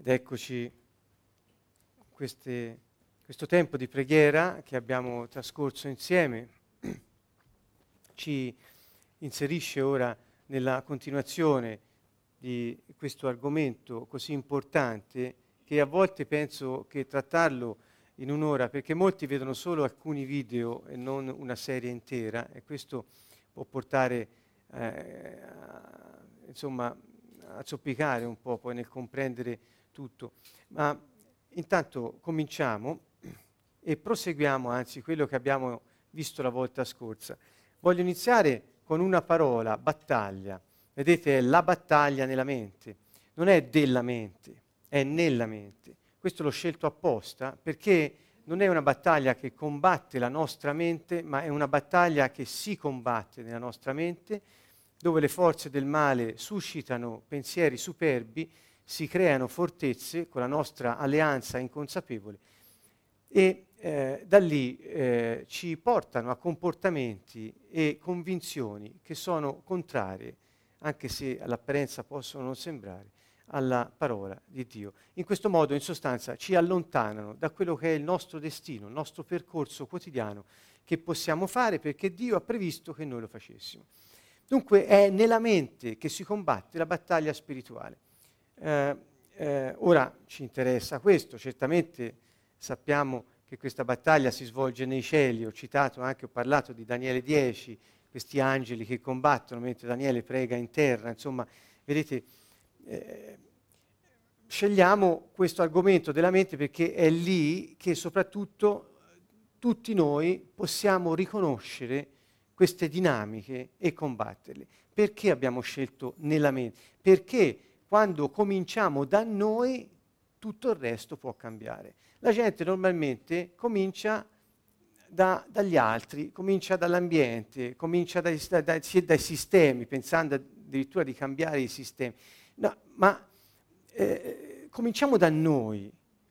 Ed eccoci questo tempo di preghiera che abbiamo trascorso insieme ci inserisce ora nella continuazione di questo argomento così importante che a volte penso che trattarlo in un'ora, perché molti vedono solo alcuni video e non una serie intera, e questo può portare a zoppicare un po' poi nel comprendere tutto. Ma intanto cominciamo e proseguiamo anzi quello che abbiamo visto la volta scorsa. Voglio iniziare con una parola, battaglia. Vedete, è la battaglia nella mente. Non è della mente, è nella mente. Questo l'ho scelto apposta perché non è una battaglia che combatte la nostra mente, ma è una battaglia che si combatte nella nostra mente, dove le forze del male suscitano pensieri superbi, si creano fortezze con la nostra alleanza inconsapevole e da lì ci portano a comportamenti e convinzioni che sono contrarie, anche se all'apparenza possono non sembrare, alla parola di Dio. In questo modo, in sostanza, ci allontanano da quello che è il nostro destino, il nostro percorso quotidiano che possiamo fare perché Dio ha previsto che noi lo facessimo. Dunque è nella mente che si combatte la battaglia spirituale. Ora ci interessa questo, certamente sappiamo che questa battaglia si svolge nei cieli, ho parlato di Daniele 10, questi angeli che combattono mentre Daniele prega in terra, insomma, vedete, scegliamo questo argomento della mente perché è lì che soprattutto tutti noi possiamo riconoscere queste dinamiche e combatterle. Perché abbiamo scelto nella mente? Perché quando cominciamo da noi tutto il resto può cambiare. La gente normalmente comincia dagli altri, comincia dall'ambiente, comincia dai sistemi, pensando addirittura di cambiare i sistemi. No, ma cominciamo da noi.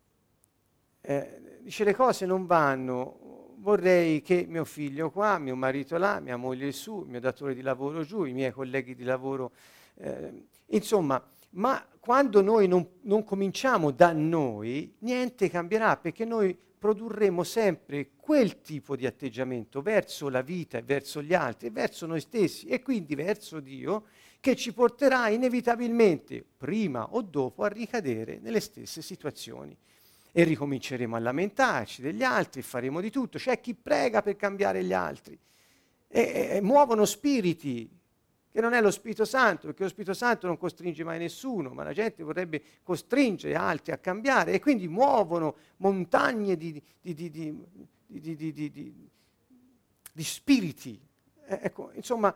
Dice le cose non vanno, vorrei che mio figlio qua, mio marito là, mia moglie su, il mio datore di lavoro giù, i miei colleghi di lavoro, insomma, ma quando noi non cominciamo da noi, niente cambierà, perché noi produrremo sempre quel tipo di atteggiamento verso la vita e verso gli altri e verso noi stessi e quindi verso Dio, che ci porterà inevitabilmente, prima o dopo, a ricadere nelle stesse situazioni. E ricominceremo a lamentarci degli altri, faremo di tutto. C'è chi prega per cambiare gli altri. E muovono spiriti, che non è lo Spirito Santo, perché lo Spirito Santo non costringe mai nessuno, ma la gente vorrebbe costringere altri a cambiare e quindi muovono montagne di spiriti. Ecco, insomma,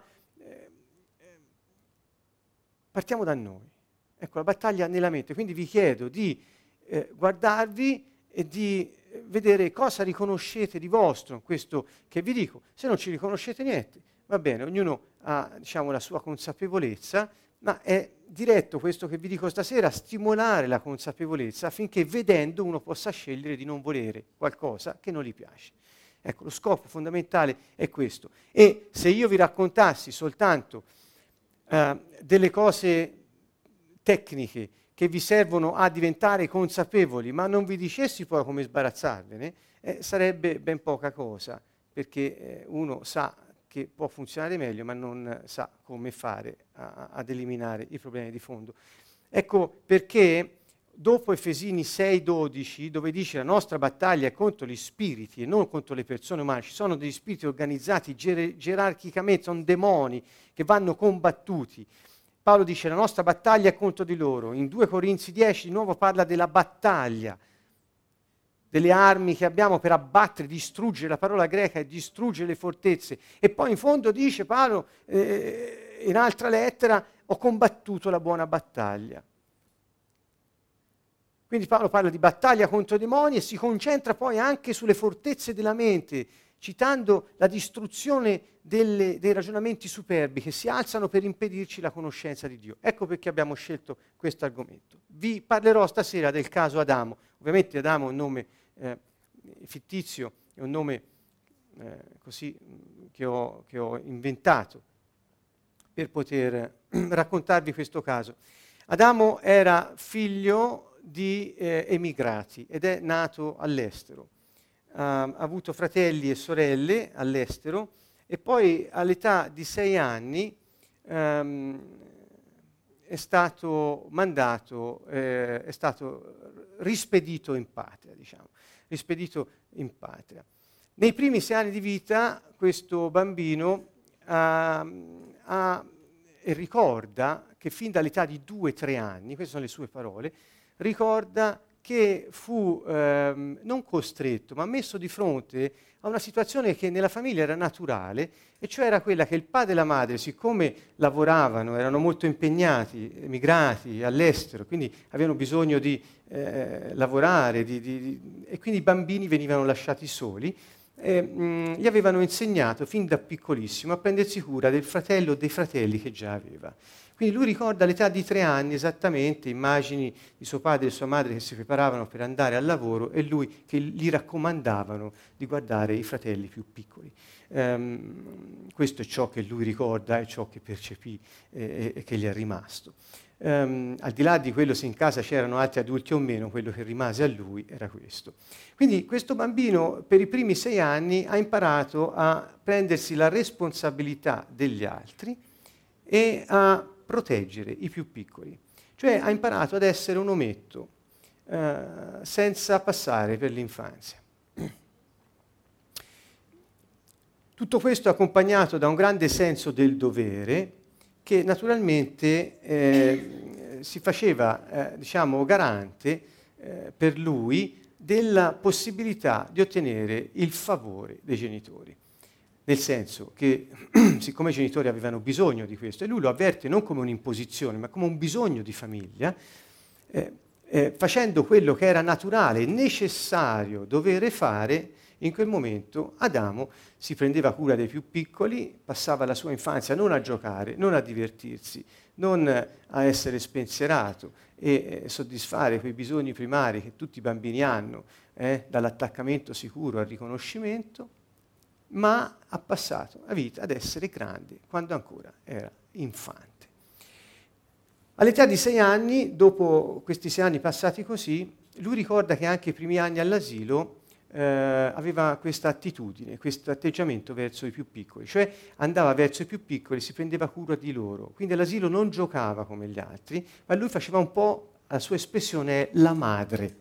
partiamo da noi. Ecco, la battaglia nella mente. Quindi vi chiedo di guardarvi e di vedere cosa riconoscete di vostro in questo che vi dico. Se non ci riconoscete niente, va bene, ognuno ha, diciamo, la sua consapevolezza, ma è diretto questo che vi dico stasera a stimolare la consapevolezza affinché vedendo uno possa scegliere di non volere qualcosa che non gli piace. Ecco, lo scopo fondamentale è questo. E se io vi raccontassi soltanto delle cose tecniche che vi servono a diventare consapevoli, ma non vi dicessi poi come sbarazzarvene, sarebbe ben poca cosa, perché uno sa che può funzionare meglio, ma non sa come fare ad eliminare i problemi di fondo. Ecco perché dopo Efesini 6,12, dove dice la nostra battaglia è contro gli spiriti e non contro le persone umane, ci sono degli spiriti organizzati gerarchicamente, sono demoni che vanno combattuti. Paolo dice la nostra battaglia è contro di loro. In 2 Corinzi 10 di nuovo parla della battaglia, delle armi che abbiamo per abbattere, distruggere, la parola greca è distruggere le fortezze. E poi in fondo dice Paolo, in altra lettera, ho combattuto la buona battaglia. Quindi Paolo parla di battaglia contro i demoni e si concentra poi anche sulle fortezze della mente, citando la distruzione dei ragionamenti superbi che si alzano per impedirci la conoscenza di Dio. Ecco perché abbiamo scelto questo argomento. Vi parlerò stasera del caso Adamo. Ovviamente Adamo è un nome fittizio, è un nome così che ho inventato per poter raccontarvi questo caso. Adamo era figlio di emigrati ed è nato all'estero. Ha avuto fratelli e sorelle all'estero e poi all'età di 6 anni è stato mandato, è stato rispedito in patria, diciamo, rispedito in patria. Nei primi 6 anni di vita questo bambino ricorda che fin dall'età di 2-3 anni, queste sono le sue parole, ricorda che fu non costretto, ma messo di fronte a una situazione che nella famiglia era naturale, e cioè era quella che il padre e la madre, siccome lavoravano, erano molto impegnati, emigrati all'estero, quindi avevano bisogno di lavorare, e quindi i bambini venivano lasciati soli, gli avevano insegnato fin da piccolissimo a prendersi cura del fratello o dei fratelli che già aveva. Quindi lui ricorda all'età di 3 anni esattamente immagini di suo padre e sua madre che si preparavano per andare al lavoro e lui che gli raccomandavano di guardare i fratelli più piccoli. Questo è ciò che lui ricorda, è ciò che percepì e che gli è rimasto. Al di là di quello se in casa c'erano altri adulti o meno, quello che rimase a lui era questo. Quindi questo bambino per i primi 6 anni ha imparato a prendersi la responsabilità degli altri e a proteggere i più piccoli. Cioè ha imparato ad essere un ometto, senza passare per l'infanzia. Tutto questo accompagnato da un grande senso del dovere che naturalmente si faceva, diciamo, garante per lui della possibilità di ottenere il favore dei genitori. Nel senso che, siccome i genitori avevano bisogno di questo, e lui lo avverte non come un'imposizione, ma come un bisogno di famiglia, facendo quello che era naturale, necessario, dovere fare, in quel momento Adamo si prendeva cura dei più piccoli, passava la sua infanzia non a giocare, non a divertirsi, non a essere spensierato e soddisfare quei bisogni primari che tutti i bambini hanno, dall'attaccamento sicuro al riconoscimento, ma ha passato la vita ad essere grande quando ancora era infante. All'età di 6 anni, dopo questi 6 anni passati così, lui ricorda che anche i primi anni all'asilo aveva questa attitudine, questo atteggiamento verso i più piccoli, cioè andava verso i più piccoli, si prendeva cura di loro, quindi all'asilo non giocava come gli altri, ma lui faceva un po', la sua espressione è la madre.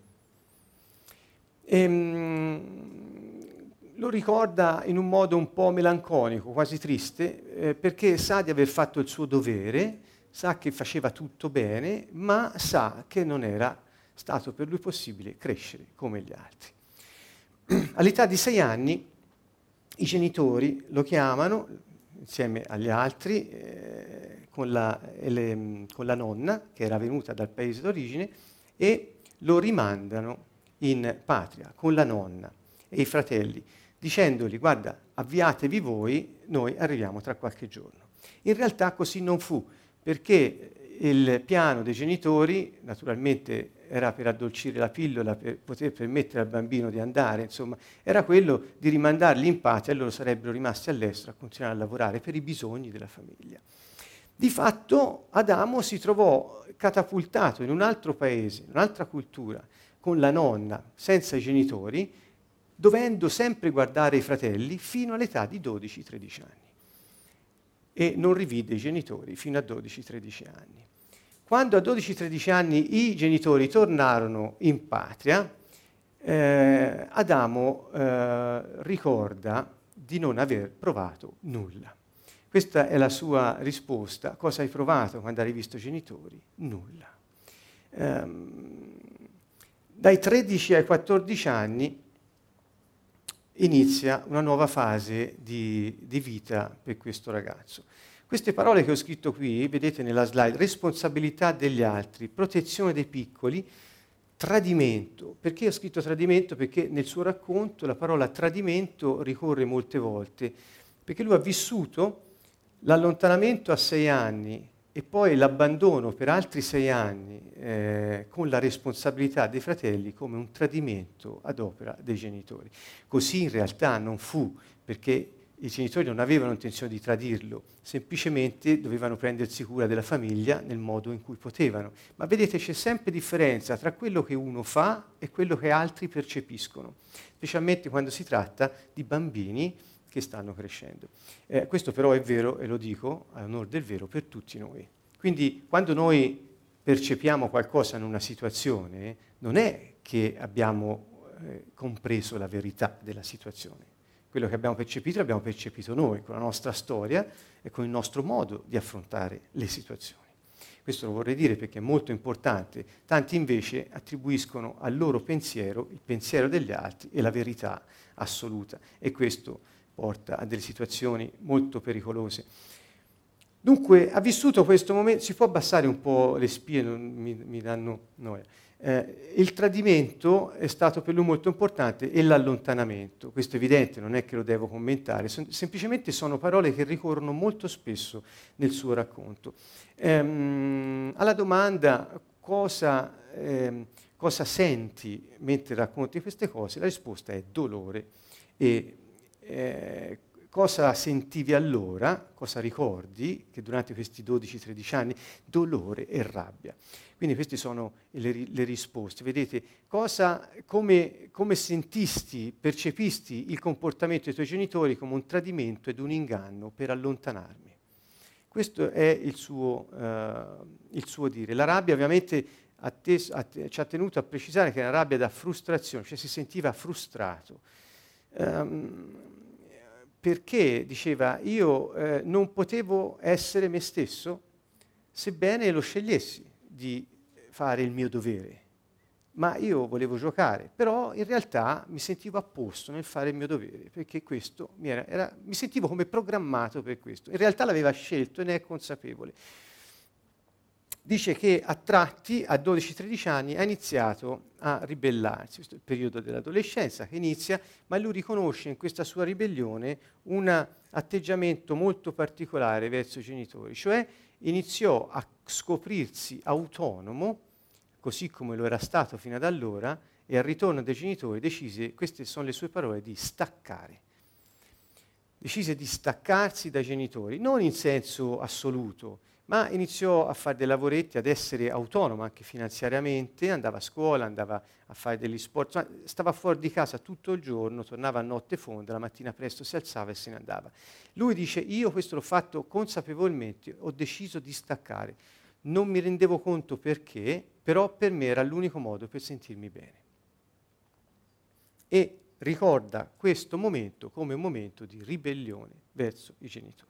Lo ricorda in un modo un po' melanconico, quasi triste, perché sa di aver fatto il suo dovere, sa che faceva tutto bene, ma sa che non era stato per lui possibile crescere come gli altri. All'età di 6 anni i genitori lo chiamano, insieme agli altri, con la nonna, che era venuta dal paese d'origine, e lo rimandano in patria con la nonna e i fratelli, dicendogli: guarda, avviatevi voi, noi arriviamo tra qualche giorno. In realtà così non fu, perché il piano dei genitori, naturalmente, era per addolcire la pillola, per poter permettere al bambino di andare, insomma, era quello di rimandarli in patria e loro sarebbero rimasti all'estero a continuare a lavorare per i bisogni della famiglia. Di fatto Adamo si trovò catapultato in un altro paese, in un'altra cultura, con la nonna, senza i genitori, dovendo sempre guardare i fratelli fino all'età di 12-13 anni. E non rivide i genitori fino a 12-13 anni. Quando a 12-13 anni i genitori tornarono in patria, Adamo ricorda di non aver provato nulla. Questa è la sua risposta. Cosa hai provato quando hai rivisto i genitori? Nulla. Dai 13 ai 14 anni inizia una nuova fase di vita per questo ragazzo. Queste parole che ho scritto qui, vedete nella slide: responsabilità degli altri, protezione dei piccoli, tradimento. Perché ho scritto tradimento? Perché nel suo racconto la parola tradimento ricorre molte volte, perché lui ha vissuto l'allontanamento a 6 anni e poi l'abbandono per altri 6 anni con la responsabilità dei fratelli come un tradimento ad opera dei genitori. Così in realtà non fu, perché i genitori non avevano intenzione di tradirlo, semplicemente dovevano prendersi cura della famiglia nel modo in cui potevano. Ma vedete, c'è sempre differenza tra quello che uno fa e quello che altri percepiscono, specialmente quando si tratta di bambini che stanno crescendo. Questo però è vero, e lo dico a onor del vero, per tutti noi. Quindi quando noi percepiamo qualcosa in una situazione, non è che abbiamo compreso la verità della situazione. Quello che abbiamo percepito l'abbiamo percepito noi, con la nostra storia e con il nostro modo di affrontare le situazioni. Questo lo vorrei dire perché è molto importante. Tanti invece attribuiscono al loro pensiero il pensiero degli altri e la verità assoluta. E questo porta a delle situazioni molto pericolose. Dunque, ha vissuto questo momento, si può abbassare un po' le spie, non mi danno noia. Il tradimento è stato per lui molto importante e l'allontanamento. Questo è evidente, non è che lo devo commentare, semplicemente sono parole che ricorrono molto spesso nel suo racconto. Alla domanda cosa senti mentre racconti queste cose, la risposta è dolore. E cosa sentivi allora, cosa ricordi, che durante questi 12-13 anni, dolore e rabbia. Quindi queste sono le risposte. Vedete, come sentisti, percepisti il comportamento dei tuoi genitori come un tradimento ed un inganno per allontanarmi. Questo è il suo dire. La rabbia ovviamente ci ha tenuto a precisare che è una rabbia da frustrazione, cioè si sentiva frustrato. Perché, diceva, io non potevo essere me stesso, sebbene lo scegliessi di fare il mio dovere. Ma io volevo giocare, però in realtà mi sentivo a posto nel fare il mio dovere, perché questo mi sentivo come programmato per questo. In realtà l'aveva scelto e ne è consapevole. Dice che a tratti, a 12-13 anni, ha iniziato a ribellarsi. Questo è il periodo dell'adolescenza che inizia, ma lui riconosce in questa sua ribellione un atteggiamento molto particolare verso i genitori, cioè iniziò a scoprirsi autonomo, così come lo era stato fino ad allora, e al ritorno dei genitori decise, queste sono le sue parole, di staccare. Decise di staccarsi dai genitori, non in senso assoluto, ma iniziò a fare dei lavoretti, ad essere autonomo anche finanziariamente, andava a scuola, andava a fare degli sport, stava fuori di casa tutto il giorno, tornava a notte fonda, la mattina presto si alzava e se ne andava. Lui dice, io questo l'ho fatto consapevolmente, ho deciso di staccare, non mi rendevo conto perché, però per me era l'unico modo per sentirmi bene. E ricorda questo momento come un momento di ribellione verso i genitori.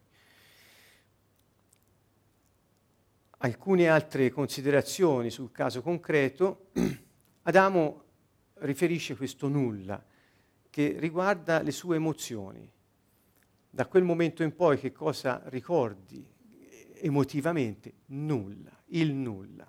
Alcune altre considerazioni sul caso concreto. Adamo riferisce questo nulla che riguarda le sue emozioni. Da quel momento in poi che cosa ricordi emotivamente? Nulla, il nulla.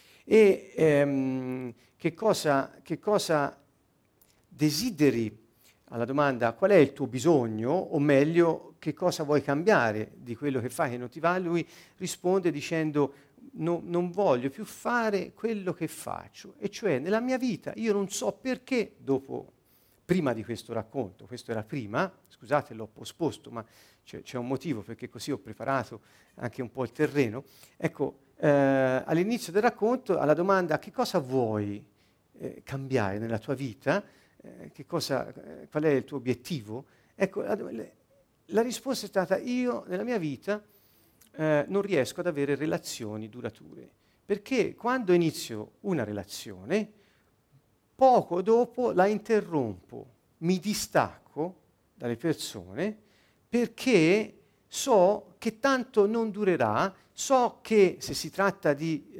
E che cosa desideri? Alla domanda qual è il tuo bisogno, o meglio, che cosa vuoi cambiare di quello che fai che non ti va, lui risponde dicendo non voglio più fare quello che faccio, e cioè nella mia vita io non so perché prima di questo racconto, questo era prima, scusate l'ho posposto, ma c'è un motivo perché così ho preparato anche un po' il terreno, ecco, all'inizio del racconto alla domanda che cosa vuoi cambiare nella tua vita, qual è il tuo obiettivo? Ecco, la risposta è stata io nella mia vita non riesco ad avere relazioni durature, perché quando inizio una relazione, poco dopo la interrompo, mi distacco dalle persone perché so che tanto non durerà, so che se si tratta di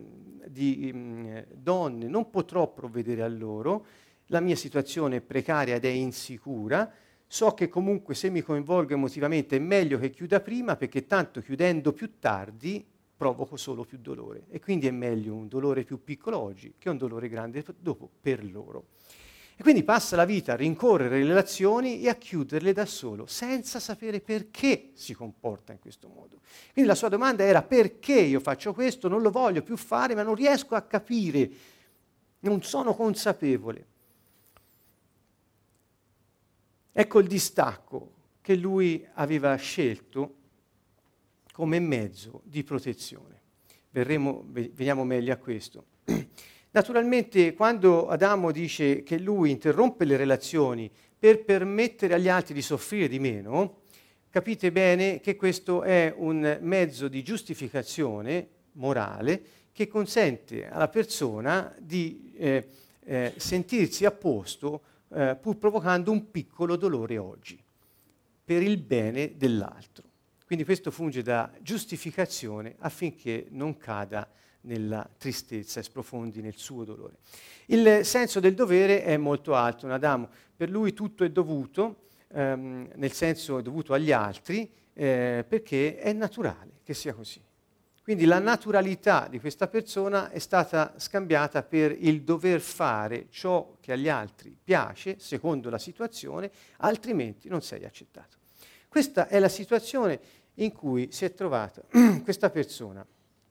donne non potrò provvedere a loro, la mia situazione è precaria ed è insicura, so che comunque se mi coinvolgo emotivamente è meglio che chiuda prima perché tanto chiudendo più tardi provoco solo più dolore e quindi è meglio un dolore più piccolo oggi che un dolore grande dopo per loro. E quindi passa la vita a rincorrere le relazioni e a chiuderle da solo, senza sapere perché si comporta in questo modo. Quindi la sua domanda era perché io faccio questo, non lo voglio più fare, ma non riesco a capire, non sono consapevole. Ecco il distacco. che lui aveva scelto come mezzo di protezione. Veniamo meglio a questo. Naturalmente, quando Adamo dice che lui interrompe le relazioni per permettere agli altri di soffrire di meno, capite bene che questo è un mezzo di giustificazione morale che consente alla persona di sentirsi a posto pur provocando un piccolo dolore oggi, per il bene dell'altro. Quindi questo funge da giustificazione affinché non cada nella tristezza e sprofondi nel suo dolore. Il senso del dovere è molto alto in Adamo. Per lui tutto è dovuto, nel senso è dovuto agli altri, perché è naturale che sia così. Quindi la naturalità di questa persona è stata scambiata per il dover fare ciò che agli altri piace, secondo la situazione, altrimenti non sei accettato. Questa è la situazione in cui si è trovata questa persona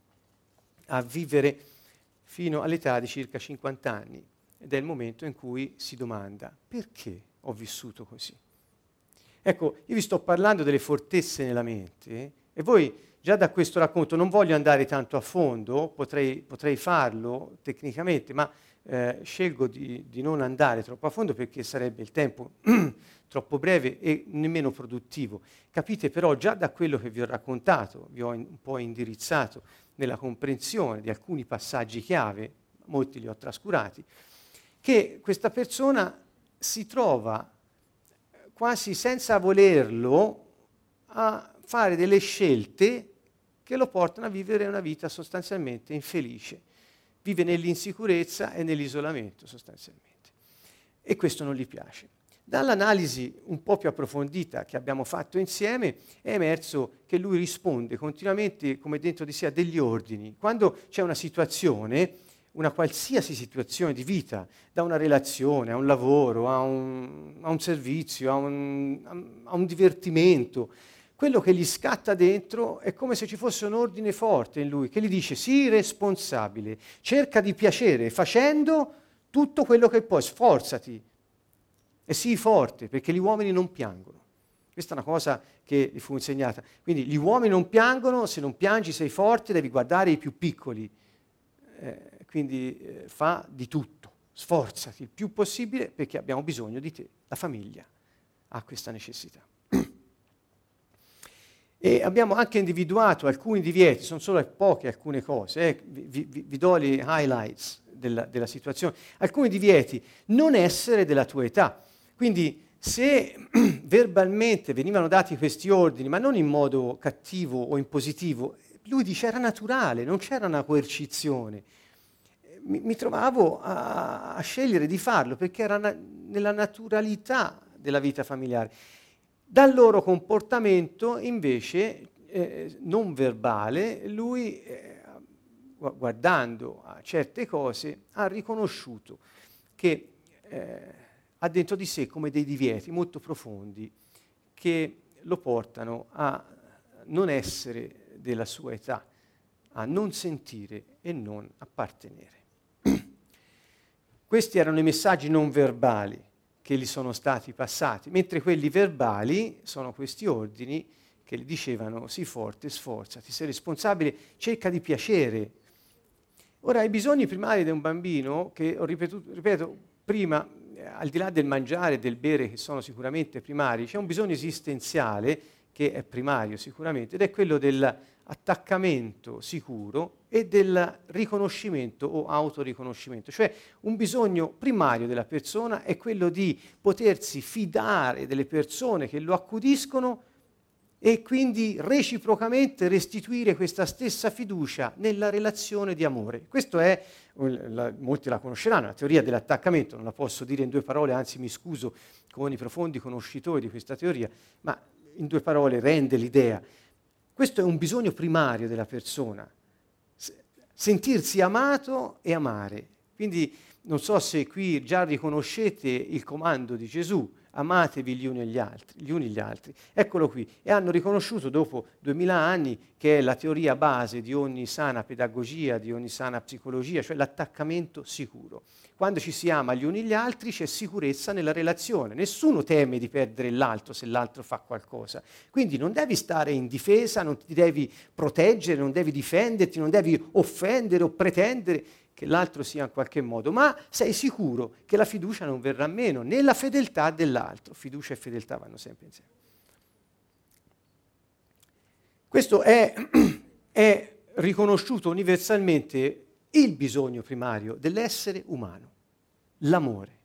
a vivere fino all'età di circa 50 anni, ed è il momento in cui si domanda: perché ho vissuto così? Ecco, io vi sto parlando delle fortezze nella mente e voi già da questo racconto non voglio andare tanto a fondo, potrei farlo tecnicamente, ma scelgo di non andare troppo a fondo perché sarebbe il tempo troppo breve e nemmeno produttivo. Capite però già da quello che vi ho raccontato, vi ho un po' indirizzato nella comprensione di alcuni passaggi chiave, molti li ho trascurati, che questa persona si trova quasi senza volerlo a fare delle scelte che lo portano a vivere una vita sostanzialmente infelice. Vive nell'insicurezza e nell'isolamento sostanzialmente. E questo non gli piace. Dall'analisi un po' più approfondita che abbiamo fatto insieme è emerso che lui risponde continuamente come dentro di sé a degli ordini. Quando c'è una situazione, una qualsiasi situazione di vita, da una relazione, a un lavoro, a un servizio, a un divertimento, quello che gli scatta dentro è come se ci fosse un ordine forte in lui che gli dice: sii responsabile, cerca di piacere facendo tutto quello che puoi, sforzati e sii forte, perché gli uomini non piangono. Questa è una cosa che gli fu insegnata. Quindi gli uomini non piangono, se non piangi sei forte, devi guardare i più piccoli. Quindi fa di tutto, sforzati il più possibile perché abbiamo bisogno di te. La famiglia ha questa necessità. E abbiamo anche individuato alcuni divieti, sono solo poche alcune cose, vi do gli highlights della situazione. Alcuni divieti: non essere della tua età. Quindi se verbalmente venivano dati questi ordini, ma non in modo cattivo o impositivo, lui dice era naturale, non c'era una coercizione. Mi trovavo a scegliere di farlo perché era nella naturalità della vita familiare. Dal loro comportamento, invece, non verbale, lui, guardando a certe cose, ha riconosciuto che ha dentro di sé come dei divieti molto profondi che lo portano a non essere della sua età, a non sentire e non appartenere. Questi erano i messaggi non verbali che gli sono stati passati, mentre quelli verbali sono questi ordini che gli dicevano: sii forte, sforzati, sei responsabile, cerca di piacere. Ora, i bisogni primari di un bambino, che ripeto prima, al di là del mangiare e del bere, che sono sicuramente primari, c'è un bisogno esistenziale che è primario sicuramente, ed è quello dell'attaccamento sicuro e del riconoscimento o autoriconoscimento. Cioè un bisogno primario della persona è quello di potersi fidare delle persone che lo accudiscono e quindi reciprocamente restituire questa stessa fiducia nella relazione di amore. Questo è, molti la conosceranno, la teoria dell'attaccamento, non la posso dire in due parole, anzi mi scuso con i profondi conoscitori di questa teoria, ma in due parole rende l'idea. Questo è un bisogno primario della persona, sentirsi amato e amare. Quindi non so se qui già riconoscete il comando di Gesù, amatevi gli uni gli altri. Eccolo qui. E hanno riconosciuto dopo 2000 anni che è la teoria base di ogni sana pedagogia, di ogni sana psicologia, cioè l'attaccamento sicuro. Quando ci si ama gli uni gli altri c'è sicurezza nella relazione. Nessuno teme di perdere l'altro se l'altro fa qualcosa. Quindi non devi stare in difesa, non ti devi proteggere, non devi difenderti, non devi offendere o pretendere che l'altro sia in qualche modo, ma sei sicuro che la fiducia non verrà meno, né la fedeltà dell'altro. Fiducia e fedeltà vanno sempre insieme. Questo è riconosciuto universalmente il bisogno primario dell'essere umano, l'amore.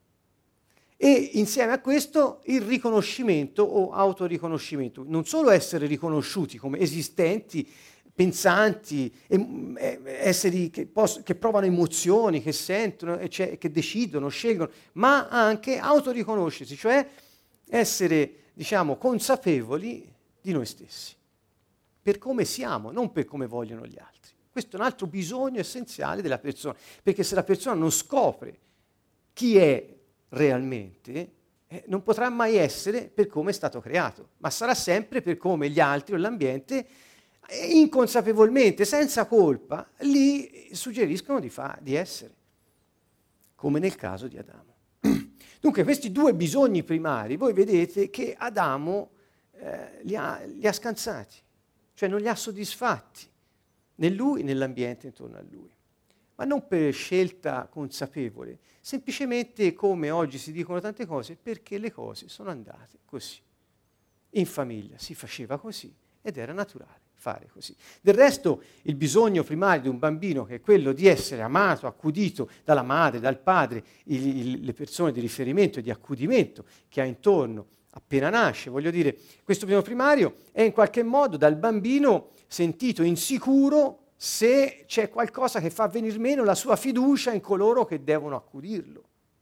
E insieme a questo il riconoscimento o autoriconoscimento, non solo essere riconosciuti come esistenti, pensanti, esseri che provano emozioni, che sentono, che decidono, scelgono, ma anche autoriconoscersi, cioè essere, diciamo, consapevoli di noi stessi, per come siamo, non per come vogliono gli altri. Questo è un altro bisogno essenziale della persona, perché se la persona non scopre chi è realmente, non potrà mai essere per come è stato creato, ma sarà sempre per come gli altri o l'ambiente inconsapevolmente, senza colpa, gli suggeriscono di essere, come nel caso di Adamo. Dunque questi due bisogni primari, voi vedete che Adamo li ha scansati, cioè non li ha soddisfatti, né lui né l'ambiente intorno a lui, ma non per scelta consapevole, semplicemente, come oggi si dicono tante cose, perché le cose sono andate così. In famiglia si faceva così ed era naturale fare così. Del resto, il bisogno primario di un bambino, che è quello di essere amato, accudito dalla madre, dal padre, le persone di riferimento e di accudimento che ha intorno appena nasce, voglio dire, questo bisogno primario è in qualche modo dal bambino sentito insicuro se c'è qualcosa che fa venir meno la sua fiducia in coloro che devono accudirlo.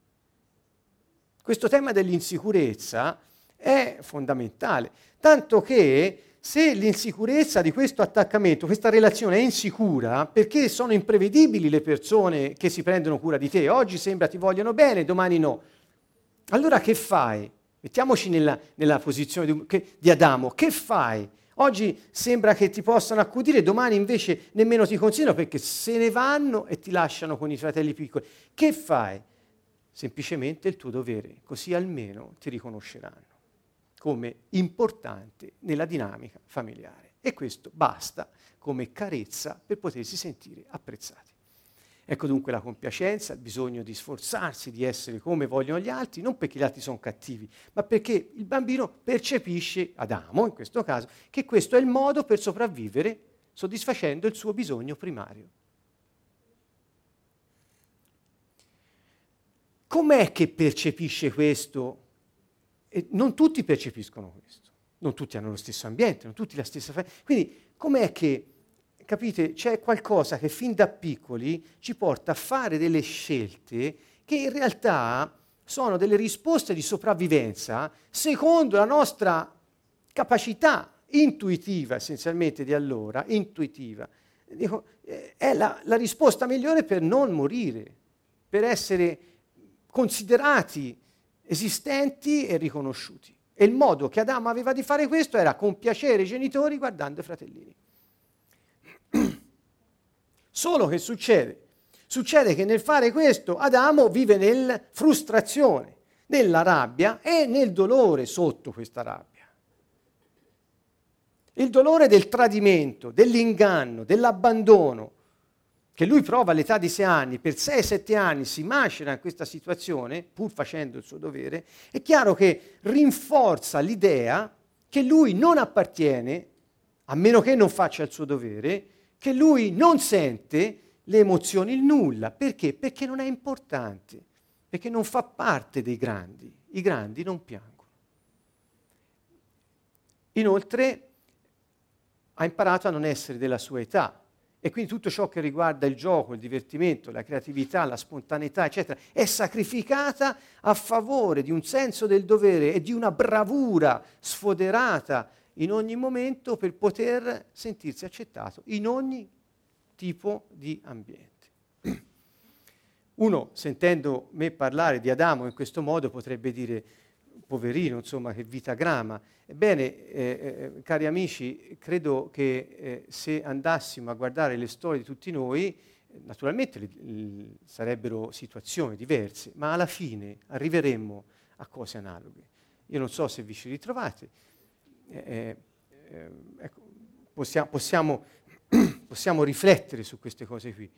Questo tema dell'insicurezza è fondamentale, tanto che se l'insicurezza di questo attaccamento, questa relazione è insicura, perché sono imprevedibili le persone che si prendono cura di te, oggi sembra ti vogliono bene, domani no. Allora che fai? Mettiamoci nella posizione di Adamo, che fai? Oggi sembra che ti possano accudire, domani invece nemmeno ti considerano perché se ne vanno e ti lasciano con i fratelli piccoli. Che fai? Semplicemente il tuo dovere, così almeno ti riconosceranno come importante nella dinamica familiare. E questo basta come carezza per potersi sentire apprezzati. Ecco dunque la compiacenza, il bisogno di sforzarsi di essere come vogliono gli altri, non perché gli altri sono cattivi, ma perché il bambino percepisce, Adamo in questo caso, che questo è il modo per sopravvivere soddisfacendo il suo bisogno primario. Com'è che percepisce questo? E non tutti percepiscono questo, non tutti hanno lo stesso ambiente, non tutti la stessa famiglia. Quindi com'è che, capite, c'è qualcosa che fin da piccoli ci porta a fare delle scelte che in realtà sono delle risposte di sopravvivenza secondo la nostra capacità intuitiva, essenzialmente di allora, intuitiva. Dico, è la risposta migliore per non morire, per essere considerati esistenti e riconosciuti. E il modo che Adamo aveva di fare questo era compiacere i genitori guardando i fratellini. Solo che succede? Succede che nel fare questo Adamo vive nella frustrazione, nella rabbia e nel dolore sotto questa rabbia. Il dolore del tradimento, dell'inganno, dell'abbandono, che lui prova all'età di 6 anni, per 6-7 anni si macera in questa situazione, pur facendo il suo dovere, è chiaro che rinforza l'idea che lui non appartiene, a meno che non faccia il suo dovere, che lui non sente le emozioni, il nulla. Perché? Perché non è importante, perché non fa parte dei grandi. I grandi non piangono. Inoltre ha imparato a non essere della sua età. E quindi tutto ciò che riguarda il gioco, il divertimento, la creatività, la spontaneità, eccetera, è sacrificata a favore di un senso del dovere e di una bravura sfoderata in ogni momento per poter sentirsi accettato in ogni tipo di ambiente. Uno, sentendo me parlare di Adamo in questo modo, potrebbe dire, poverino, insomma, che vita grama. Ebbene, cari amici, credo che se andassimo a guardare le storie di tutti noi, naturalmente sarebbero situazioni diverse, ma alla fine arriveremmo a cose analoghe. Io non so se vi ci ritrovate, ecco, possiamo riflettere su queste cose qui.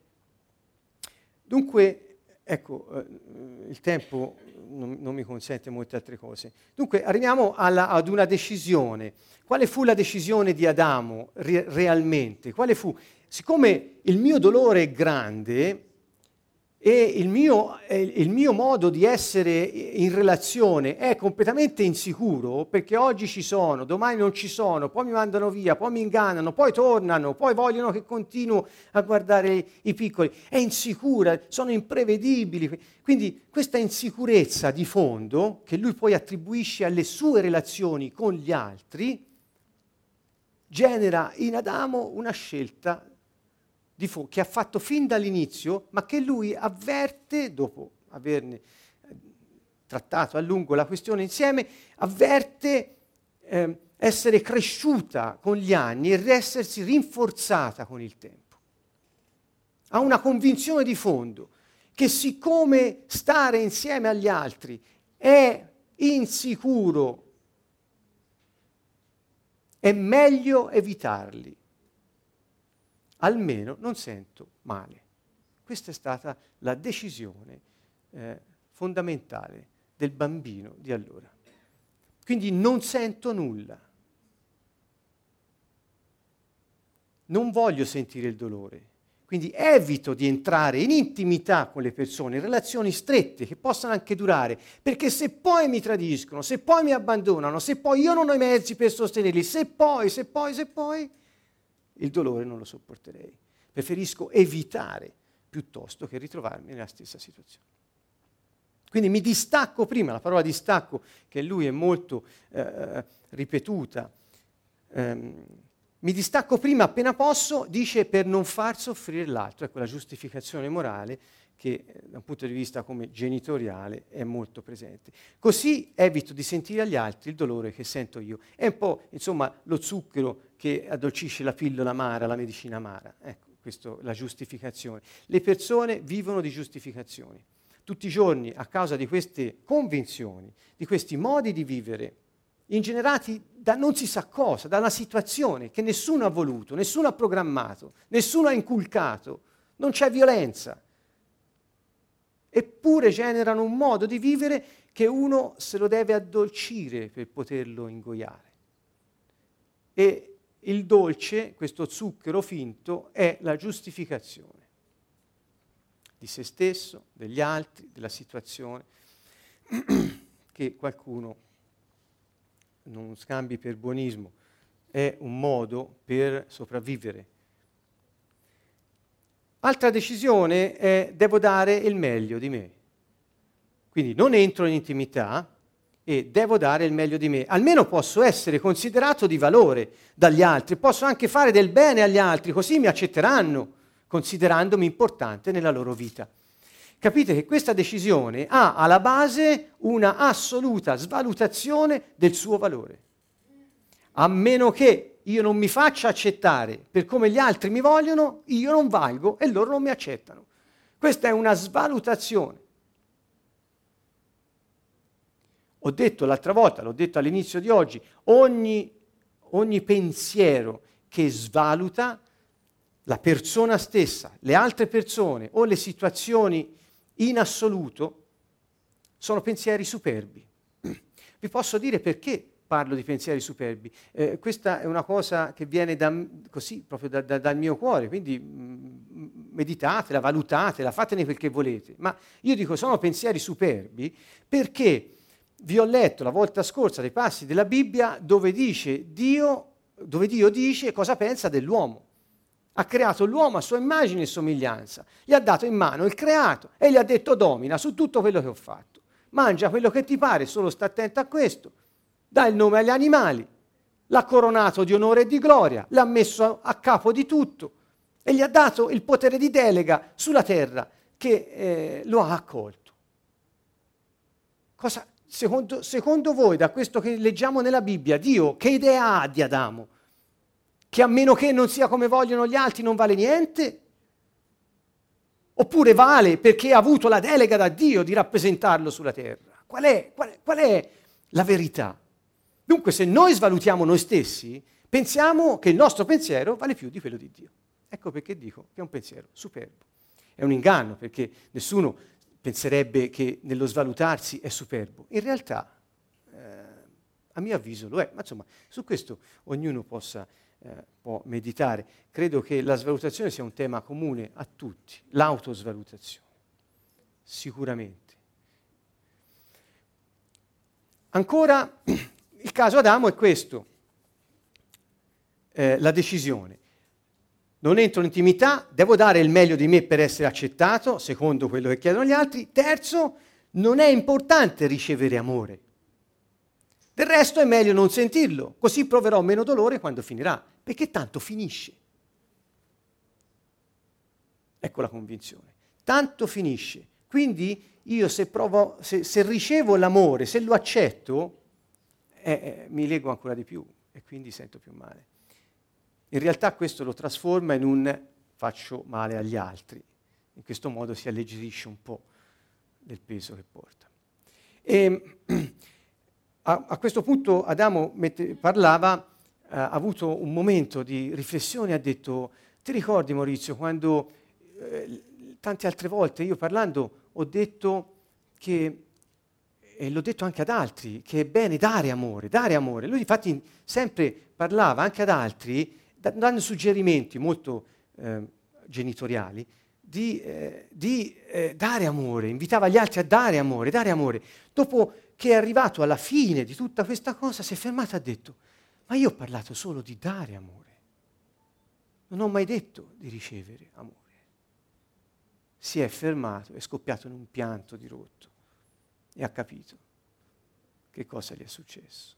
Dunque, ecco, il tempo non mi consente molte altre cose. Dunque, arriviamo ad una decisione. Quale fu la decisione di Adamo realmente? Quale fu? Siccome il mio dolore è grande e il mio modo di essere in relazione è completamente insicuro, perché oggi ci sono, domani non ci sono, poi mi mandano via, poi mi ingannano, poi tornano, poi vogliono che continuo a guardare i piccoli, è insicura, sono imprevedibili. Quindi questa insicurezza di fondo, che lui poi attribuisce alle sue relazioni con gli altri, genera in Adamo una scelta che ha fatto fin dall'inizio, ma che lui avverte, dopo averne trattato a lungo la questione insieme, avverte essere cresciuta con gli anni e essersi rinforzata con il tempo. Ha una convinzione di fondo che siccome stare insieme agli altri è insicuro, è meglio evitarli. Almeno non sento male. Questa è stata la decisione fondamentale del bambino di allora. Quindi non sento nulla. Non voglio sentire il dolore. Quindi evito di entrare in intimità con le persone, in relazioni strette che possano anche durare, perché se poi mi tradiscono, se poi mi abbandonano, se poi io non ho i mezzi per sostenerli, se poi, il dolore non lo sopporterei. Preferisco evitare piuttosto che ritrovarmi nella stessa situazione. Quindi mi distacco prima, la parola distacco, che lui è molto ripetuta, mi distacco prima appena posso, dice, per non far soffrire l'altro. Ecco la giustificazione morale che da un punto di vista come genitoriale è molto presente. Così evito di sentire agli altri il dolore che sento io. È un po', insomma, lo zucchero che addolcisce la pillola amara, la medicina amara. Ecco, questa è la giustificazione. Le persone vivono di giustificazioni. Tutti i giorni, a causa di queste convinzioni, di questi modi di vivere, ingenerati da non si sa cosa, da una situazione che nessuno ha voluto, nessuno ha programmato, nessuno ha inculcato, non c'è violenza. Eppure generano un modo di vivere che uno se lo deve addolcire per poterlo ingoiare. E il dolce, questo zucchero finto, è la giustificazione di se stesso, degli altri, della situazione, che qualcuno non scambi per buonismo, è un modo per sopravvivere. Altra decisione è: devo dare il meglio di me. Quindi non entro in intimità e devo dare il meglio di me. Almeno posso essere considerato di valore dagli altri, posso anche fare del bene agli altri, così mi accetteranno, considerandomi importante nella loro vita. Capite che questa decisione ha alla base una assoluta svalutazione del suo valore. A meno che io non mi faccia accettare per come gli altri mi vogliono, io non valgo e loro non mi accettano. Questa è una svalutazione. Ho detto l'altra volta, l'ho detto all'inizio di oggi, ogni pensiero che svaluta la persona stessa, le altre persone o le situazioni in assoluto sono pensieri superbi. Vi posso dire perché parlo di pensieri superbi. Questa è una cosa che viene proprio dal mio cuore, quindi meditatela, valutatela, fatene quel che volete. Ma io dico sono pensieri superbi perché vi ho letto la volta scorsa dei passi della Bibbia dove Dio dice cosa pensa dell'uomo. Ha creato l'uomo a sua immagine e somiglianza, gli ha dato in mano il creato e gli ha detto: domina su tutto quello che ho fatto, mangia quello che ti pare, solo sta attento a questo, dà il nome agli animali, l'ha coronato di onore e di gloria, l'ha messo a capo di tutto e gli ha dato il potere di delega sulla terra. che lo ha accolto. Cosa, secondo voi, da questo che leggiamo nella Bibbia, Dio che idea ha di Adamo? Che a meno che non sia come vogliono gli altri non vale niente? Oppure vale perché ha avuto la delega da Dio di rappresentarlo sulla terra? Qual è la verità? Dunque, se noi svalutiamo noi stessi, pensiamo che il nostro pensiero vale più di quello di Dio. Ecco perché dico che è un pensiero superbo. È un inganno, perché nessuno penserebbe che nello svalutarsi è superbo. In realtà, a mio avviso lo è, ma insomma, su questo ognuno può meditare. Credo che la svalutazione sia un tema comune a tutti, l'autosvalutazione, sicuramente. Ancora, il caso Adamo è questo, la decisione. Non entro in intimità, devo dare il meglio di me per essere accettato, secondo quello che chiedono gli altri. Terzo, non è importante ricevere amore. Del resto è meglio non sentirlo, così proverò meno dolore quando finirà, perché tanto finisce. Ecco la convinzione. Tanto finisce. Quindi io se ricevo l'amore, se lo accetto, mi leggo ancora di più e quindi sento più male. In realtà questo lo trasforma in un faccio male agli altri. In questo modo si alleggerisce un po' del peso che porta. E a questo punto Adamo parlava, ha avuto un momento di riflessione, ha detto, ti ricordi Maurizio, quando tante altre volte io parlando ho detto che, e l'ho detto anche ad altri, che è bene dare amore, dare amore. Lui infatti sempre parlava anche ad altri, dando suggerimenti molto genitoriali, di dare amore, invitava gli altri a dare amore, dare amore. Dopo che è arrivato alla fine di tutta questa cosa, si è fermato e ha detto, ma io ho parlato solo di dare amore, non ho mai detto di ricevere amore. Si è fermato, è scoppiato in un pianto dirotto e ha capito che cosa gli è successo.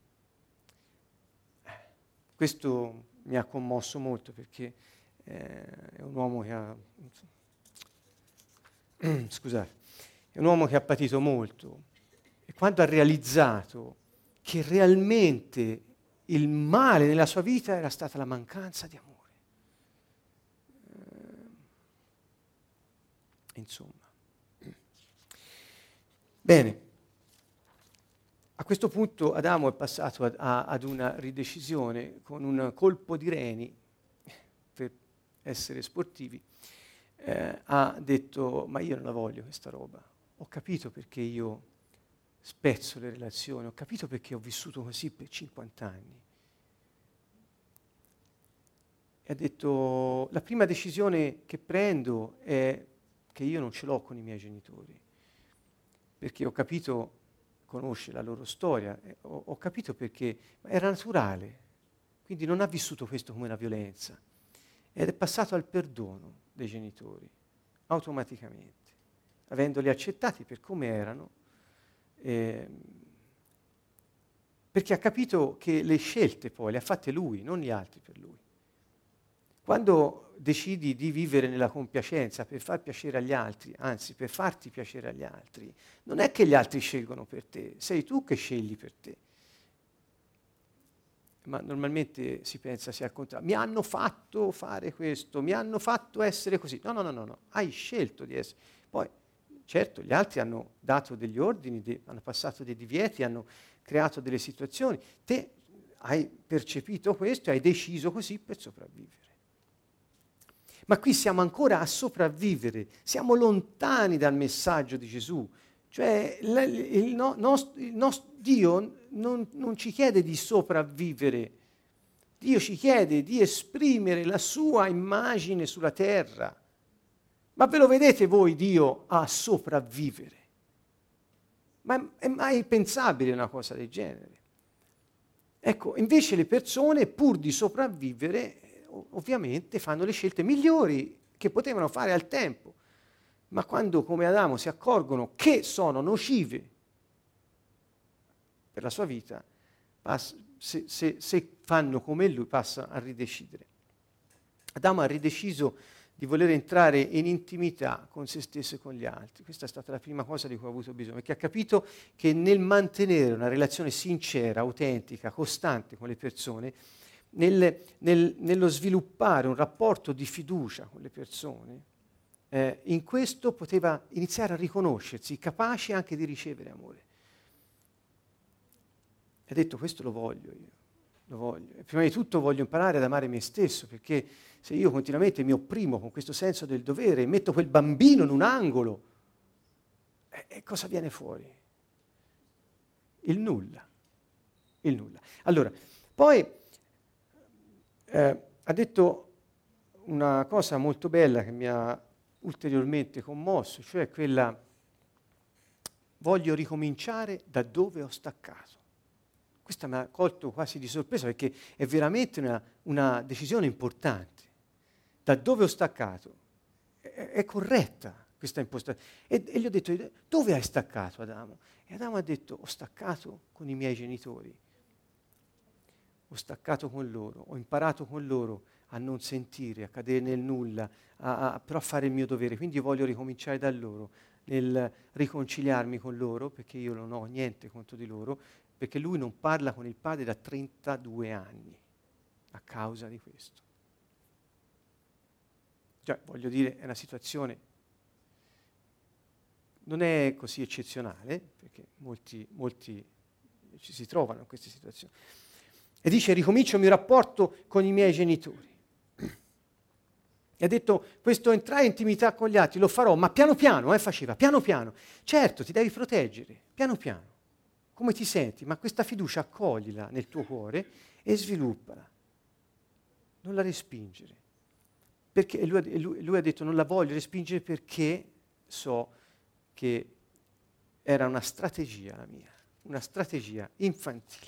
Questo mi ha commosso molto perché è un uomo che ha scusate, è un uomo che ha patito molto e quando ha realizzato che realmente il male nella sua vita era stata la mancanza di amore. Insomma. Bene, a questo punto Adamo è passato ad una ridecisione con un colpo di reni, per essere sportivi, ha detto ma io non la voglio questa roba, ho capito perché io spezzo le relazioni, ho capito perché ho vissuto così per 50 anni. E ha detto la prima decisione che prendo è che io non ce l'ho con i miei genitori, perché ho capito, conosce la loro storia, ho capito perché era naturale, quindi non ha vissuto questo come una violenza ed è passato al perdono dei genitori, automaticamente, avendoli accettati per come erano, perché ha capito che le scelte poi le ha fatte lui, non gli altri per lui. Quando decidi di vivere nella compiacenza per far piacere agli altri, anzi per farti piacere agli altri, non è che gli altri scelgono per te, sei tu che scegli per te. Ma normalmente si pensa sia al contrario. Mi hanno fatto fare questo, mi hanno fatto essere così. No, hai scelto di essere. Poi, certo, gli altri hanno dato degli ordini, hanno passato dei divieti, hanno creato delle situazioni. Te hai percepito questo e hai deciso così per sopravvivere. Ma qui siamo ancora a sopravvivere, siamo lontani dal messaggio di Gesù. Cioè il nostro Dio non ci chiede di sopravvivere, Dio ci chiede di esprimere la sua immagine sulla terra. Ma ve lo vedete voi Dio a sopravvivere? Ma è mai pensabile una cosa del genere? Ecco, invece le persone pur di sopravvivere ovviamente fanno le scelte migliori che potevano fare al tempo, ma quando come Adamo si accorgono che sono nocive per la sua vita, se fanno come lui passano a ridecidere. Adamo ha rideciso di voler entrare in intimità con se stesso e con gli altri. Questa è stata la prima cosa di cui ho avuto bisogno, perché ha capito che nel mantenere una relazione sincera, autentica, costante con le persone, nello sviluppare un rapporto di fiducia con le persone, in questo poteva iniziare a riconoscersi capace anche di ricevere amore. E ha detto: questo lo voglio io, lo voglio. E prima di tutto voglio imparare ad amare me stesso, perché se io continuamente mi opprimo con questo senso del dovere e metto quel bambino in un angolo, cosa viene fuori? Il nulla. Il nulla. Allora, poi ha detto una cosa molto bella che mi ha ulteriormente commosso, cioè quella: voglio ricominciare da dove ho staccato. Questa mi ha colto quasi di sorpresa, perché è veramente una decisione importante. Da dove ho staccato? È corretta questa impostazione. E gli ho detto: dove hai staccato, Adamo? E Adamo ha detto: ho staccato con i miei genitori. Ho staccato con loro, ho imparato con loro a non sentire, a cadere nel nulla, però a fare il mio dovere. Quindi voglio ricominciare da loro, nel riconciliarmi con loro, perché io non ho niente contro di loro, perché lui non parla con il padre da 32 anni a causa di questo. Cioè, voglio dire, è una situazione, non è così eccezionale, perché molti ci si trovano in queste situazioni. E dice: ricomincio il mio rapporto con i miei genitori. E ha detto: questo entrare in intimità con gli altri lo farò, ma piano piano, faceva, piano piano. Certo, ti devi proteggere, piano piano. Come ti senti? Ma questa fiducia accoglila nel tuo cuore e sviluppala. Non la respingere. Perché lui ha detto: non la voglio respingere perché so che era una strategia la mia, una strategia infantile.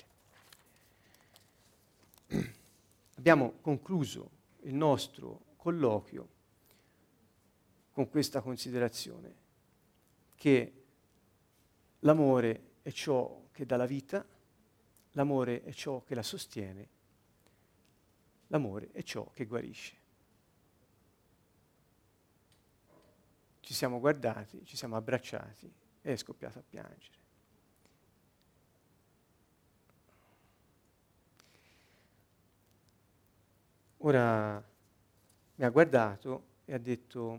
Abbiamo concluso il nostro colloquio con questa considerazione, che l'amore è ciò che dà la vita, l'amore è ciò che la sostiene, l'amore è ciò che guarisce. Ci siamo guardati, ci siamo abbracciati e è scoppiato a piangere. Ora mi ha guardato e ha detto: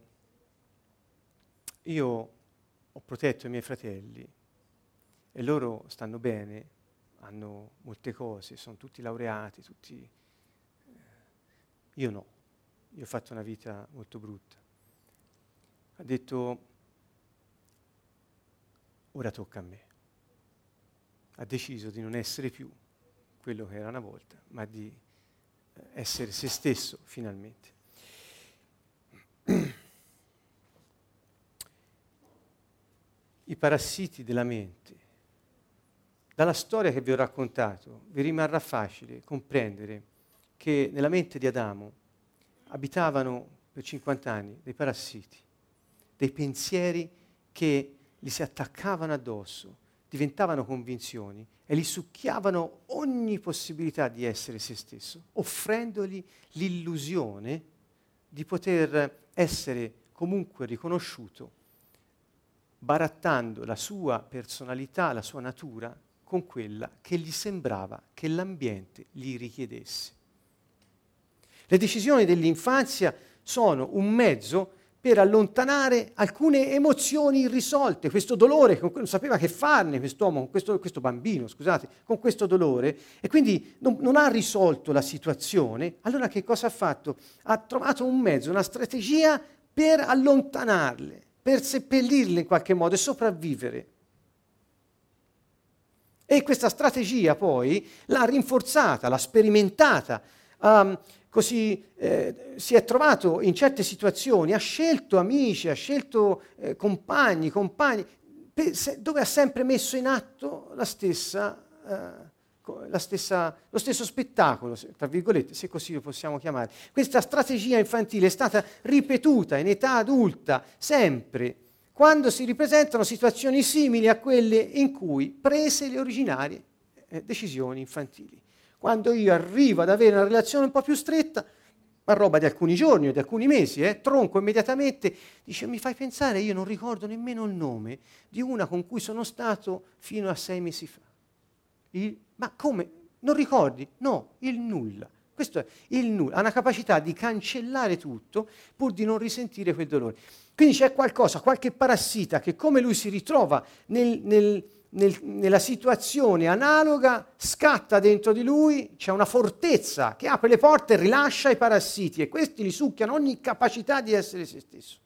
io ho protetto i miei fratelli e loro stanno bene, hanno molte cose, sono tutti laureati, io no, io ho fatto una vita molto brutta. Ha detto: ora tocca a me. Ha deciso di non essere più quello che era una volta, ma di essere se stesso finalmente. I parassiti della mente. Dalla storia che vi ho raccontato vi rimarrà facile comprendere che nella mente di Adamo abitavano per 50 anni dei parassiti, dei pensieri che gli si attaccavano addosso, diventavano convinzioni e gli succhiavano ogni possibilità di essere se stesso, offrendogli l'illusione di poter essere comunque riconosciuto, barattando la sua personalità, la sua natura, con quella che gli sembrava che l'ambiente gli richiedesse. Le decisioni dell'infanzia sono un mezzo per allontanare alcune emozioni irrisolte, questo dolore, con cui non sapeva che farne quest'uomo, questo bambino, scusate, con questo dolore, e quindi non ha risolto la situazione. Allora che cosa ha fatto? Ha trovato un mezzo, una strategia per allontanarle, per seppellirle in qualche modo e sopravvivere. E questa strategia poi l'ha rinforzata, l'ha sperimentata, così si è trovato in certe situazioni, ha scelto amici, ha scelto compagni, dove ha sempre messo in atto lo stesso spettacolo, tra virgolette, se così lo possiamo chiamare. Questa strategia infantile è stata ripetuta in età adulta, sempre, quando si ripresentano situazioni simili a quelle in cui prese le originarie decisioni infantili. Quando io arrivo ad avere una relazione un po' più stretta, ma roba di alcuni giorni o di alcuni mesi, tronco immediatamente, dice mi fai pensare, io non ricordo nemmeno il nome di una con cui sono stato fino a 6 mesi fa. Ma come? Non ricordi? No, il nulla. Questo è il nulla, ha una capacità di cancellare tutto pur di non risentire quel dolore. Quindi c'è qualcosa, qualche parassita che come lui si ritrova nella situazione analoga, scatta dentro di lui, c'è una fortezza che apre le porte e rilascia i parassiti e questi li succhiano ogni capacità di essere se stesso.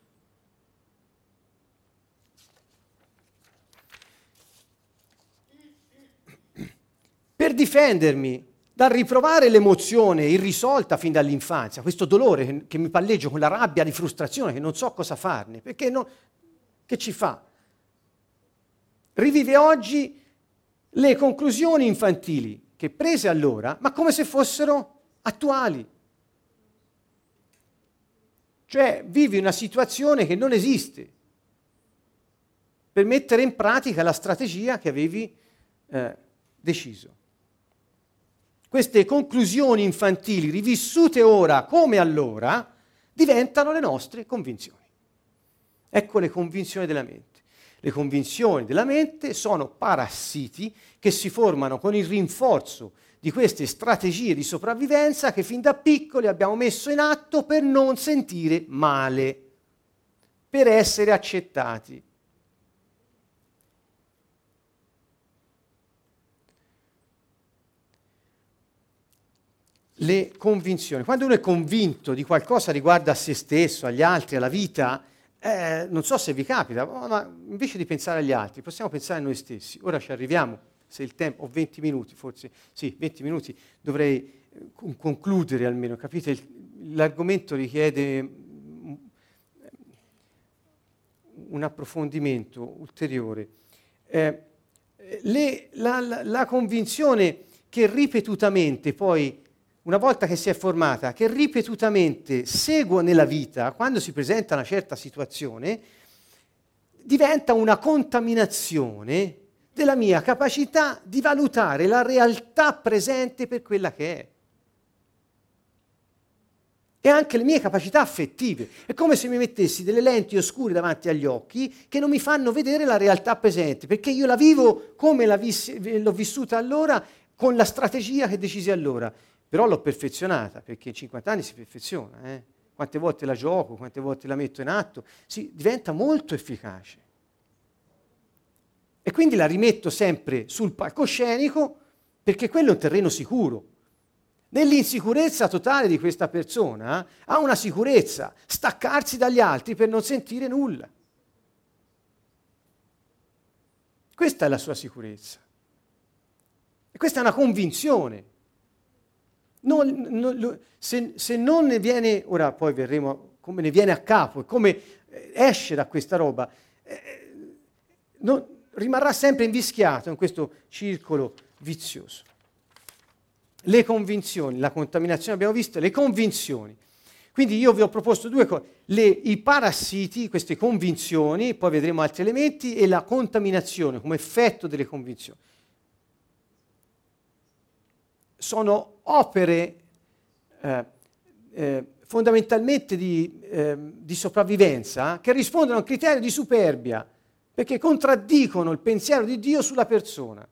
Per difendermi dal riprovare l'emozione irrisolta fin dall'infanzia, questo dolore che mi palleggio con la rabbia di frustrazione, che non so cosa farne, perché che ci fa? Rivive oggi le conclusioni infantili che prese allora, ma come se fossero attuali. Cioè vivi una situazione che non esiste per mettere in pratica la strategia che avevi deciso. Queste conclusioni infantili, rivissute ora come allora, diventano le nostre convinzioni. Ecco le convinzioni della mente. Le convinzioni della mente sono parassiti che si formano con il rinforzo di queste strategie di sopravvivenza che fin da piccoli abbiamo messo in atto per non sentire male, per essere accettati. Le convinzioni. Quando uno è convinto di qualcosa riguardo a se stesso, agli altri, alla vita, non so se vi capita, ma invece di pensare agli altri, possiamo pensare a noi stessi. Ora ci arriviamo, se il tempo, ho 20 minuti forse, sì, 20 minuti, dovrei concludere almeno, capite? L'argomento richiede un approfondimento ulteriore. La convinzione che ripetutamente poi, una volta che si è formata, che ripetutamente seguo nella vita, quando si presenta una certa situazione, diventa una contaminazione della mia capacità di valutare la realtà presente per quella che è. E anche le mie capacità affettive. È come se mi mettessi delle lenti oscure davanti agli occhi che non mi fanno vedere la realtà presente, perché io la vivo come l'ho vissuta allora, con la strategia che decisi allora. Però l'ho perfezionata, perché in 50 anni si perfeziona. Quante volte la gioco, quante volte la metto in atto, diventa molto efficace. E quindi la rimetto sempre sul palcoscenico, perché quello è un terreno sicuro. Nell'insicurezza totale di questa persona ha una sicurezza, staccarsi dagli altri per non sentire nulla. Questa è la sua sicurezza. E questa è una convinzione. Se non ne viene, ora poi vedremo come ne viene a capo e come esce da questa roba, rimarrà sempre invischiato in questo circolo vizioso. Le convinzioni, la contaminazione abbiamo visto, le convinzioni. Quindi io vi ho proposto due cose, i parassiti, queste convinzioni, poi vedremo altri elementi, e la contaminazione come effetto delle convinzioni. Sono opere fondamentalmente di sopravvivenza che rispondono a un criterio di superbia, perché contraddicono il pensiero di Dio sulla persona.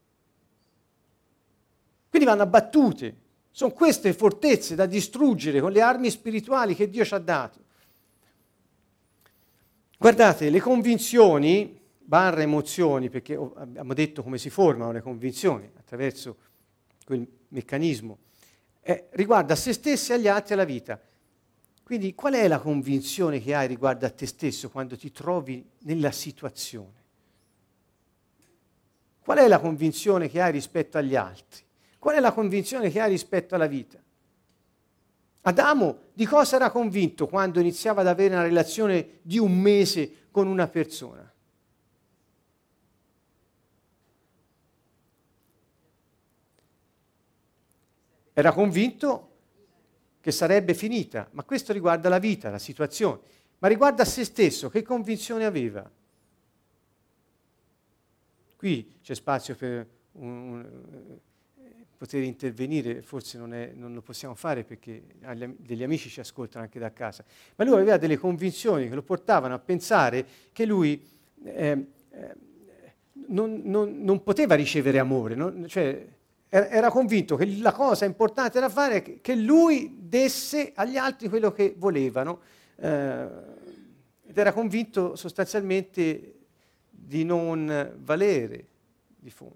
Quindi vanno abbattute. Sono queste fortezze da distruggere con le armi spirituali che Dio ci ha dato. Guardate, le convinzioni, barra emozioni, perché abbiamo detto come si formano le convinzioni, attraverso quel meccanismo, riguarda se stessi, agli altri e alla vita. Quindi qual è la convinzione che hai riguardo a te stesso quando ti trovi nella situazione? Qual è la convinzione che hai rispetto agli altri? Qual è la convinzione che hai rispetto alla vita? Adamo di cosa era convinto quando iniziava ad avere una relazione di un mese con una persona? Era convinto che sarebbe finita, ma questo riguarda la vita, la situazione. Ma riguarda se stesso, che convinzione aveva? Qui c'è spazio per poter intervenire, forse non lo possiamo fare perché degli amici ci ascoltano anche da casa, ma lui aveva delle convinzioni che lo portavano a pensare che lui non poteva ricevere amore, cioè era convinto che la cosa importante da fare è che lui desse agli altri quello che volevano, ed era convinto sostanzialmente di non valere di fondo.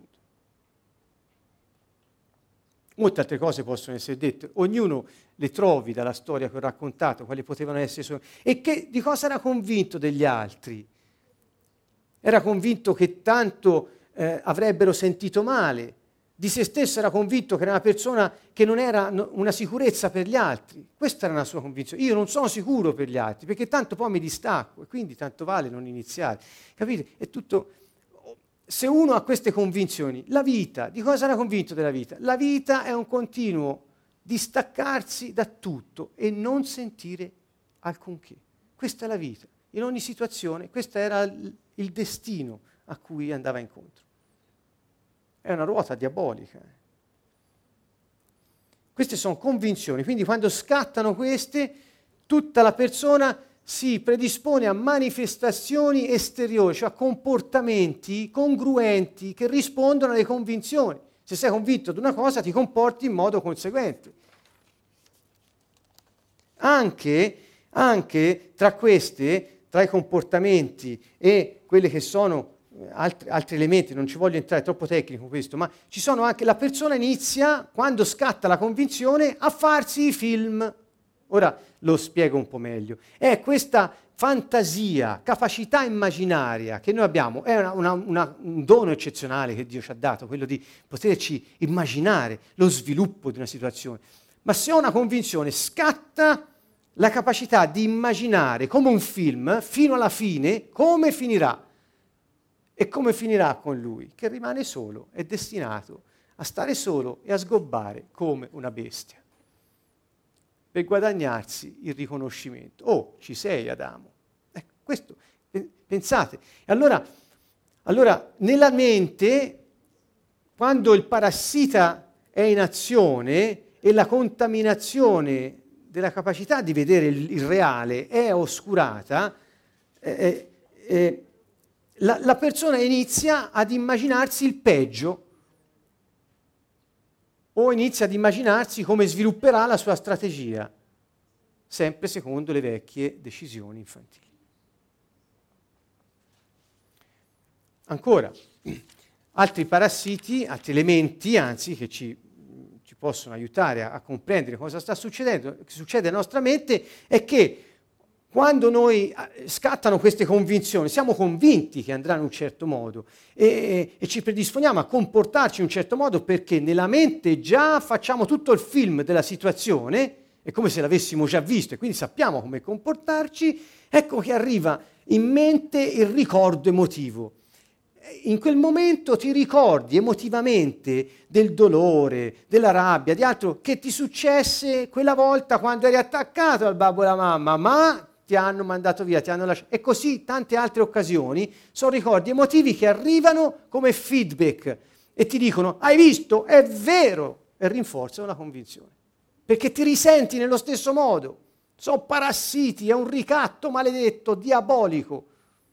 Molte altre cose possono essere dette, ognuno le trovi dalla storia che ho raccontato, quali potevano essere e di cosa era convinto degli altri. Era convinto che tanto avrebbero sentito male, di se stesso era convinto che era una persona che non era una sicurezza per gli altri. Questa era la sua convinzione. Io non sono sicuro per gli altri, perché tanto poi mi distacco e quindi tanto vale non iniziare. Capite? È tutto. Se uno ha queste convinzioni, la vita, di cosa era convinto della vita? La vita è un continuo distaccarsi da tutto e non sentire alcunché. Questa è la vita. In ogni situazione, questo era il destino a cui andava incontro. È una ruota diabolica. Queste sono convinzioni, quindi quando scattano queste, tutta la persona si predispone a manifestazioni esteriori, cioè a comportamenti congruenti che rispondono alle convinzioni. Se sei convinto di una cosa, ti comporti in modo conseguente. Anche tra queste, tra i comportamenti e quelle che sono altri elementi, non ci voglio entrare, è troppo tecnico questo, ma ci sono anche, la persona inizia, quando scatta la convinzione, a farsi i film. Ora lo spiego un po' meglio. È questa fantasia, capacità immaginaria che noi abbiamo, è un dono eccezionale che Dio ci ha dato, quello di poterci immaginare lo sviluppo di una situazione. Ma se ho una convinzione, scatta la capacità di immaginare come un film, fino alla fine, come finirà. E come finirà con lui? Che rimane solo, è destinato a stare solo e a sgobbare come una bestia, per guadagnarsi il riconoscimento. Oh, ci sei Adamo. Questo, pensate. Allora, nella mente, quando il parassita è in azione e la contaminazione della capacità di vedere il reale è oscurata, la persona inizia ad immaginarsi il peggio o inizia ad immaginarsi come svilupperà la sua strategia, sempre secondo le vecchie decisioni infantili. Ancora, altri parassiti, altri elementi, anzi, che ci possono aiutare a comprendere cosa sta succedendo, che succede nella nostra mente, è che quando noi scattano queste convinzioni, siamo convinti che andrà in un certo modo e ci predisponiamo a comportarci in un certo modo perché nella mente già facciamo tutto il film della situazione, è come se l'avessimo già visto e quindi sappiamo come comportarci, ecco che arriva in mente il ricordo emotivo. In quel momento ti ricordi emotivamente del dolore, della rabbia, di altro che ti successe quella volta quando eri attaccato al babbo e alla mamma, ma ti hanno mandato via, ti hanno lasciato. E così tante altre occasioni sono ricordi emotivi che arrivano come feedback e ti dicono, hai visto, è vero, e rinforzano la convinzione. Perché ti risenti nello stesso modo. Sono parassiti, è un ricatto maledetto, diabolico.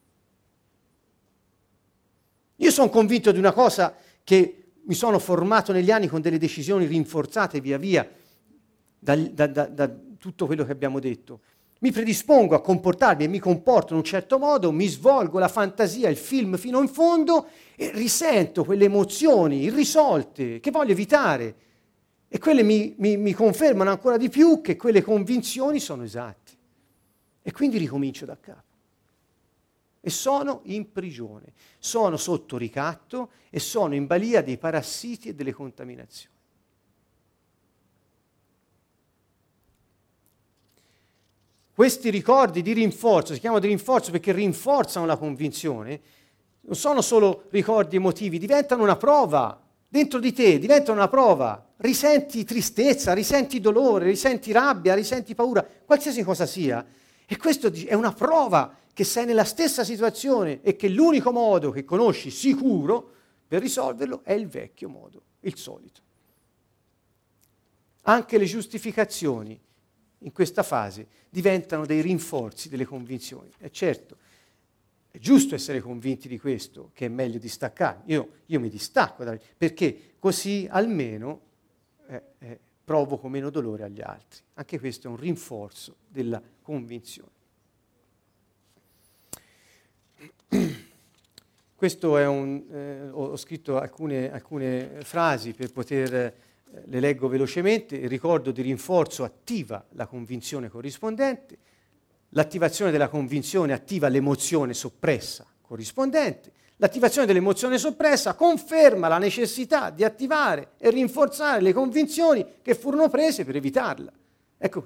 Io sono convinto di una cosa che mi sono formato negli anni con delle decisioni rinforzate via via da tutto quello che abbiamo detto. Mi predispongo a comportarmi e mi comporto in un certo modo, mi svolgo la fantasia, il film fino in fondo e risento quelle emozioni irrisolte che voglio evitare. E quelle mi confermano ancora di più che quelle convinzioni sono esatte. E quindi ricomincio da capo. E sono in prigione, sono sotto ricatto e sono in balia dei parassiti e delle contaminazioni. Questi ricordi di rinforzo, si chiamano di rinforzo perché rinforzano la convinzione, non sono solo ricordi emotivi, diventano una prova, dentro di te diventano una prova, risenti tristezza, risenti dolore, risenti rabbia, risenti paura, qualsiasi cosa sia, e questo è una prova che sei nella stessa situazione e che l'unico modo che conosci sicuro per risolverlo è il vecchio modo, il solito. Anche le giustificazioni in questa fase diventano dei rinforzi delle convinzioni. E certo, è giusto essere convinti di questo, che è meglio distaccarmi. Io mi distacco, perché così almeno provoco meno dolore agli altri. Anche questo è un rinforzo della convinzione. Questo è ho scritto alcune frasi per poter... le leggo velocemente. Il ricordo di rinforzo attiva la convinzione corrispondente, l'attivazione della convinzione attiva l'emozione soppressa corrispondente, l'attivazione dell'emozione soppressa conferma la necessità di attivare e rinforzare le convinzioni che furono prese per evitarla. Ecco,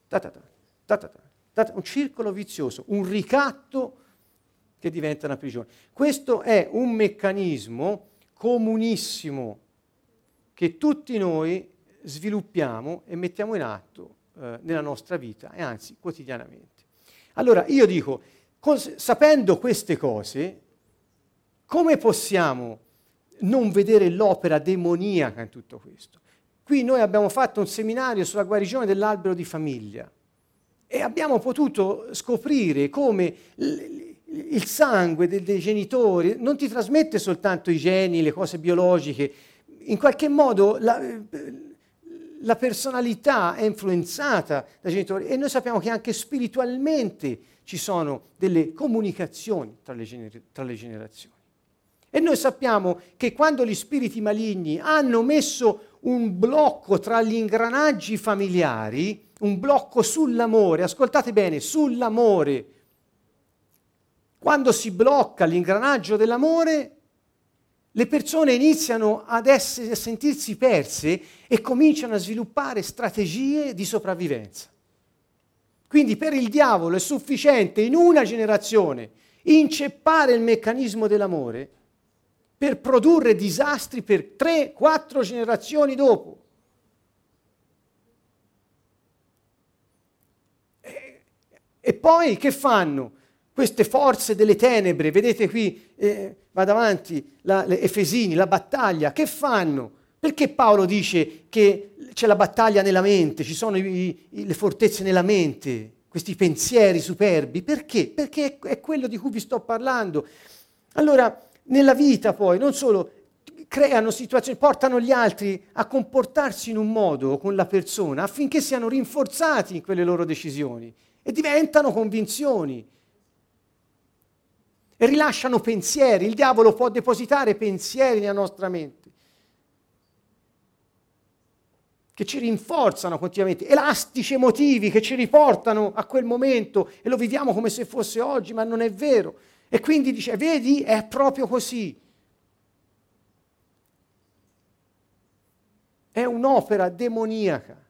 un circolo vizioso, un ricatto che diventa una prigione. Questo è un meccanismo comunissimo che tutti noi sviluppiamo e mettiamo in atto nella nostra vita, e anzi quotidianamente. Allora io dico, sapendo queste cose, come possiamo non vedere l'opera demoniaca in tutto questo? Qui noi abbiamo fatto un seminario sulla guarigione dell'albero di famiglia e abbiamo potuto scoprire come il sangue dei genitori non ti trasmette soltanto i geni, le cose biologiche. In qualche modo la personalità è influenzata dai genitori e noi sappiamo che anche spiritualmente ci sono delle comunicazioni tra le generazioni. E noi sappiamo che quando gli spiriti maligni hanno messo un blocco tra gli ingranaggi familiari, un blocco sull'amore, ascoltate bene, sull'amore, quando si blocca l'ingranaggio dell'amore, le persone iniziano a sentirsi perse e cominciano a sviluppare strategie di sopravvivenza. Quindi per il diavolo è sufficiente in una generazione inceppare il meccanismo dell'amore per produrre disastri per 3-4 generazioni dopo. E poi che fanno? Queste forze delle tenebre, vedete qui, vado avanti, Efesini, la battaglia, che fanno? Perché Paolo dice che c'è la battaglia nella mente, ci sono le fortezze nella mente, questi pensieri superbi? Perché? Perché è quello di cui vi sto parlando. Allora, nella vita poi, non solo creano situazioni, portano gli altri a comportarsi in un modo con la persona affinché siano rinforzati in quelle loro decisioni e diventano convinzioni. E rilasciano pensieri, il diavolo può depositare pensieri nella nostra mente che ci rinforzano continuamente, elastici emotivi che ci riportano a quel momento e lo viviamo come se fosse oggi, ma non è vero. E quindi dice, vedi, è proprio così. È un'opera demoniaca.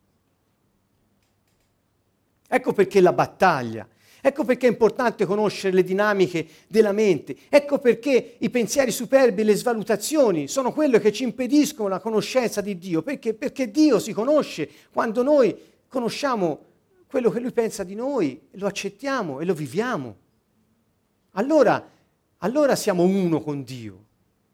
Ecco perché la battaglia. Ecco perché è importante conoscere le dinamiche della mente. Ecco perché i pensieri superbi e le svalutazioni sono quello che ci impediscono la conoscenza di Dio. Perché? Perché Dio si conosce quando noi conosciamo quello che Lui pensa di noi, lo accettiamo e lo viviamo. Allora siamo uno con Dio.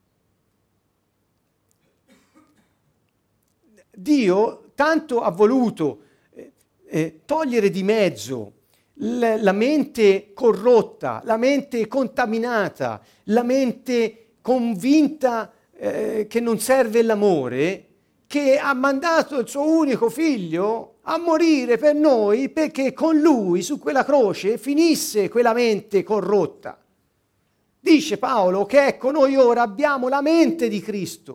Dio tanto ha voluto togliere di mezzo la mente corrotta, la mente contaminata, la mente convinta che non serve l'amore, che ha mandato il suo unico figlio a morire per noi perché con lui su quella croce finisse quella mente corrotta. Dice Paolo che ecco noi ora abbiamo la mente di Cristo.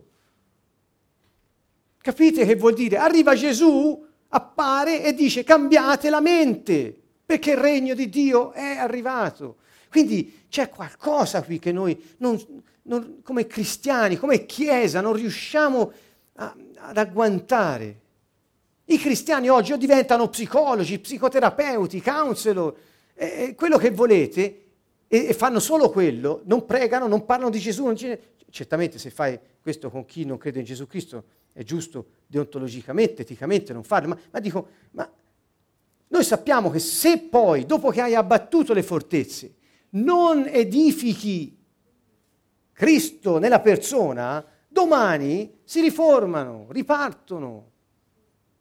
Capite che vuol dire? Arriva Gesù, appare e dice cambiate la mente, perché il regno di Dio è arrivato. Quindi c'è qualcosa qui che noi, come cristiani, come Chiesa, non riusciamo ad agguantare. I cristiani oggi o diventano psicologi, psicoterapeuti, counselor, quello che volete, e fanno solo quello, non pregano, non parlano di Gesù. Certamente se fai questo con chi non crede in Gesù Cristo è giusto deontologicamente, eticamente non farlo, ma noi sappiamo che se poi, dopo che hai abbattuto le fortezze, non edifichi Cristo nella persona, domani si riformano, ripartono.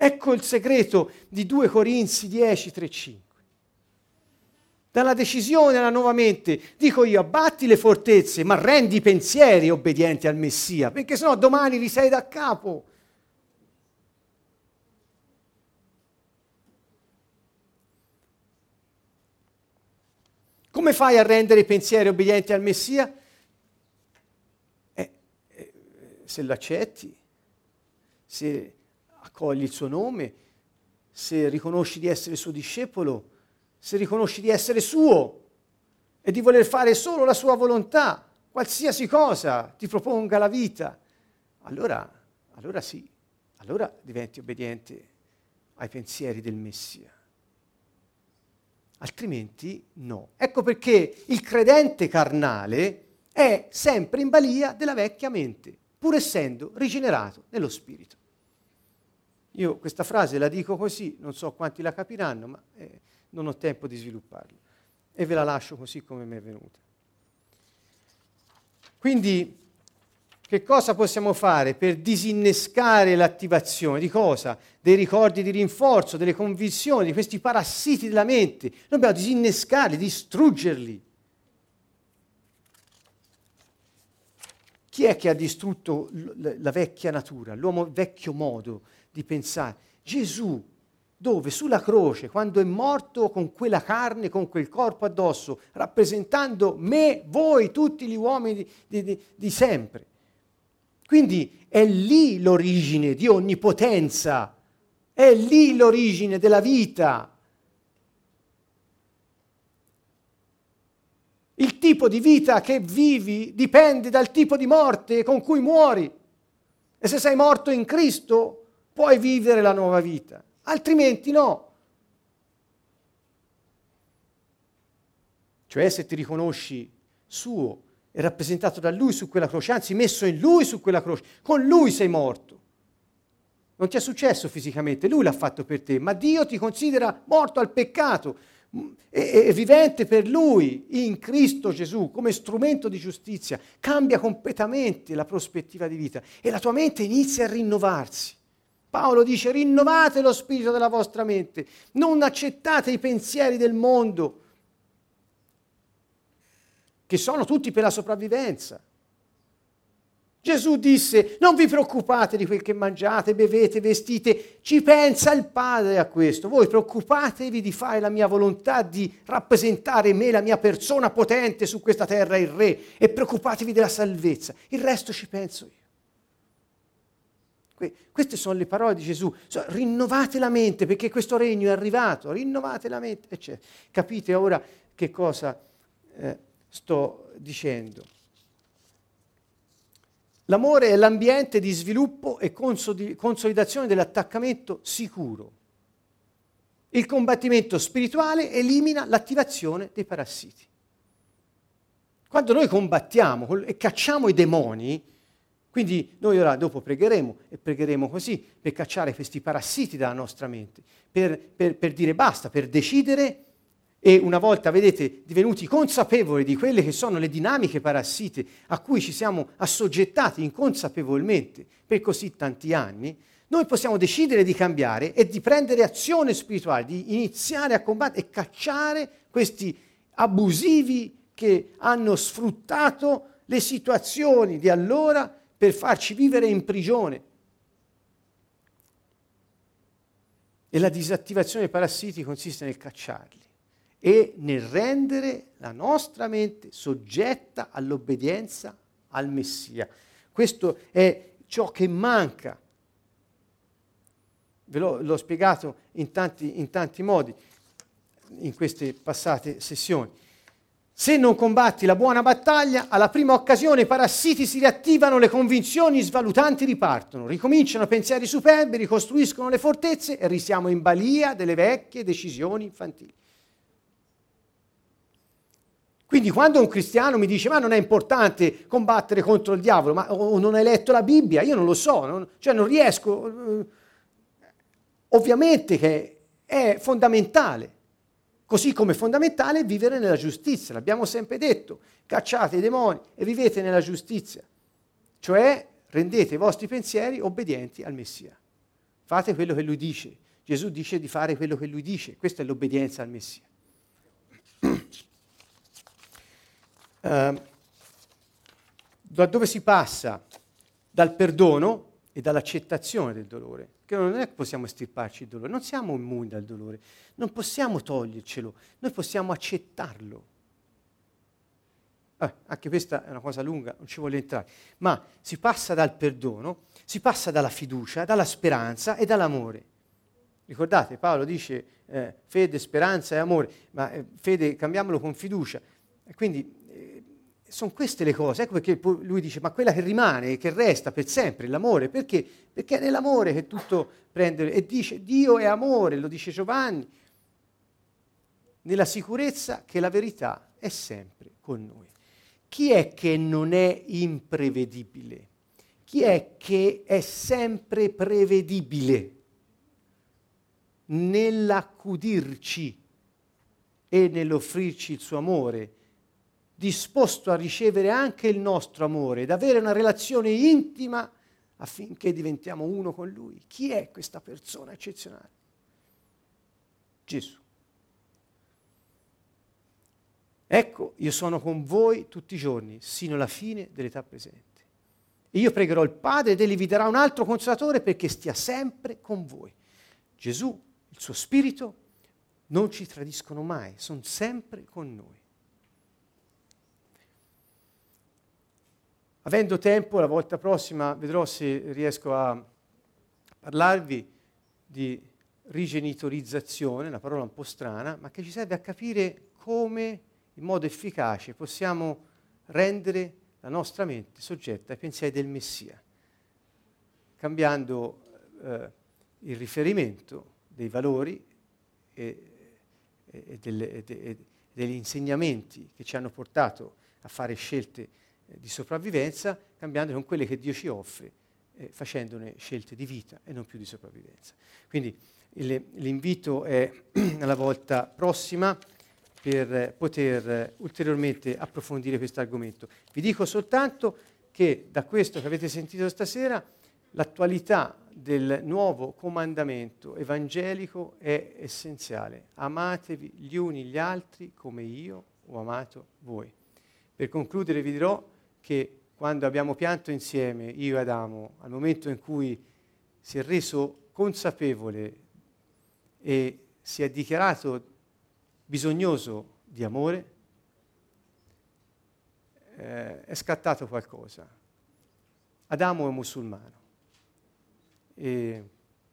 Ecco il segreto di 2 Corinzi 10, 3, 5. Dalla decisione alla nuova mente, dico io, abbatti le fortezze, ma rendi i pensieri obbedienti al Messia, perché sennò domani risei da capo. Come fai a rendere i pensieri obbedienti al Messia? Se lo accetti, se accogli il suo nome, se riconosci di essere suo discepolo, se riconosci di essere suo e di voler fare solo la sua volontà, qualsiasi cosa ti proponga la vita, allora sì, allora diventi obbediente ai pensieri del Messia. Altrimenti no. Ecco perché il credente carnale è sempre in balia della vecchia mente, pur essendo rigenerato nello spirito. Io questa frase la dico così, non so quanti la capiranno, ma non ho tempo di svilupparla. E ve la lascio così come mi è venuta. Quindi, che cosa possiamo fare per disinnescare l'attivazione? Di cosa? Dei ricordi di rinforzo, delle convinzioni, di questi parassiti della mente. Noi dobbiamo disinnescarli, distruggerli. Chi è che ha distrutto la vecchia natura, l'uomo vecchio modo di pensare? Gesù, dove? Sulla croce, quando è morto con quella carne, con quel corpo addosso, rappresentando me, voi, tutti gli uomini di sempre. Quindi è lì l'origine di onnipotenza, è lì l'origine della vita. Il tipo di vita che vivi dipende dal tipo di morte con cui muori. E se sei morto in Cristo, puoi vivere la nuova vita. Altrimenti no. Cioè se ti riconosci suo e rappresentato da Lui su quella croce, anzi messo in Lui su quella croce, con Lui sei morto. Non ti è successo fisicamente, Lui l'ha fatto per te, ma Dio ti considera morto al peccato e vivente per Lui, in Cristo Gesù, come strumento di giustizia. Cambia completamente la prospettiva di vita e la tua mente inizia a rinnovarsi. Paolo dice: rinnovate lo spirito della vostra mente, non accettate i pensieri del mondo, che sono tutti per la sopravvivenza. Gesù disse: non vi preoccupate di quel che mangiate, bevete, vestite, ci pensa il Padre a questo. Voi preoccupatevi di fare la mia volontà, di rappresentare me, la mia persona potente su questa terra, il Re, e preoccupatevi della salvezza. Il resto ci penso io. Queste sono le parole di Gesù. Rinnovate la mente perché questo regno è arrivato, rinnovate la mente, eccetera. Capite ora che cosa sto dicendo? L'amore è l'ambiente di sviluppo e consolidazione dell'attaccamento sicuro. Il combattimento spirituale elimina l'attivazione dei parassiti. Quando noi combattiamo e cacciamo i demoni, quindi noi ora dopo pregheremo e pregheremo così per cacciare questi parassiti dalla nostra mente, per dire basta, per decidere. E una volta, vedete, divenuti consapevoli di quelle che sono le dinamiche parassite a cui ci siamo assoggettati inconsapevolmente per così tanti anni, noi possiamo decidere di cambiare e di prendere azione spirituale, di iniziare a combattere e cacciare questi abusivi che hanno sfruttato le situazioni di allora per farci vivere in prigione. E la disattivazione dei parassiti consiste nel cacciarli e nel rendere la nostra mente soggetta all'obbedienza al Messia. Questo è ciò che manca. Ve l'ho spiegato in tanti modi in queste passate sessioni. Se non combatti la buona battaglia, alla prima occasione i parassiti si riattivano, le convinzioni svalutanti ripartono, ricominciano pensieri superbi, ricostruiscono le fortezze e risiamo in balia delle vecchie decisioni infantili. Quindi quando un cristiano mi dice: ma non è importante combattere contro il diavolo, ma o non hai letto la Bibbia, io non lo so, non riesco. Ovviamente che è fondamentale, così come è fondamentale vivere nella giustizia, l'abbiamo sempre detto, cacciate i demoni e vivete nella giustizia, cioè rendete i vostri pensieri obbedienti al Messia. fate quello che lui dice. Gesù dice di fare quello che lui dice, questa è l'obbedienza al Messia. Da dove si passa? Dal perdono e dall'accettazione del dolore. Che non è che possiamo estirparci il dolore, non siamo immuni dal dolore, non possiamo togliercelo, noi possiamo accettarlo. Anche questa è una cosa lunga, non ci voglio entrare, ma si passa dal perdono, si passa dalla fiducia, dalla speranza e dall'amore. Ricordate, Paolo dice fede, speranza e amore, ma fede cambiamolo con fiducia. E quindi sono queste le cose, ecco perché lui dice, ma quella che rimane, che resta per sempre, l'amore, perché? Perché è nell'amore che tutto prende, e dice, Dio è amore, lo dice Giovanni, nella sicurezza che la verità è sempre con noi. Chi è che non è imprevedibile? Chi è che è sempre prevedibile nell'accudirci e nell'offrirci il suo amore, disposto a ricevere anche il nostro amore, ad avere una relazione intima affinché diventiamo uno con Lui? Chi è questa persona eccezionale? Gesù. Ecco, io sono con voi tutti i giorni, sino alla fine dell'età presente. E io pregherò il Padre ed Egli vi darà un altro Consolatore perché stia sempre con voi. Gesù, il suo Spirito, non ci tradiscono mai, sono sempre con noi. Avendo tempo, la volta prossima vedrò se riesco a parlarvi di rigenitorizzazione, una parola un po' strana, ma che ci serve a capire come in modo efficace possiamo rendere la nostra mente soggetta ai pensieri del Messia, cambiando il riferimento dei valori e degli insegnamenti che ci hanno portato a fare scelte di sopravvivenza, cambiando con quelle che Dio ci offre, facendone scelte di vita e non più di sopravvivenza. Quindi l'invito è alla volta prossima per poter ulteriormente approfondire questo argomento. Vi dico soltanto che da questo che avete sentito stasera l'attualità del nuovo comandamento evangelico è essenziale. Amatevi gli uni gli altri come io ho amato voi. Per concludere vi dirò che quando abbiamo pianto insieme, io e Adamo, al momento in cui si è reso consapevole e si è dichiarato bisognoso di amore, è scattato qualcosa. Adamo è musulmano e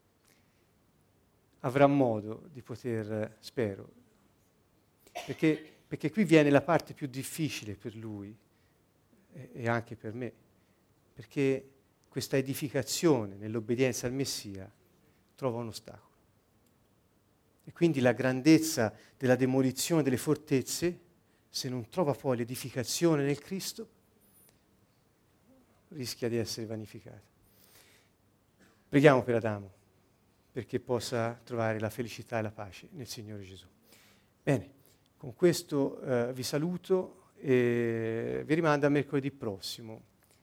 avrà modo di poter, spero, perché qui viene la parte più difficile per lui e anche per me, perché questa edificazione nell'obbedienza al Messia trova un ostacolo. E quindi la grandezza della demolizione delle fortezze, se non trova poi l'edificazione nel Cristo, rischia di essere vanificata. Preghiamo per Adamo, perché possa trovare la felicità e la pace nel Signore Gesù. Bene, con questo vi saluto e vi rimando a mercoledì prossimo,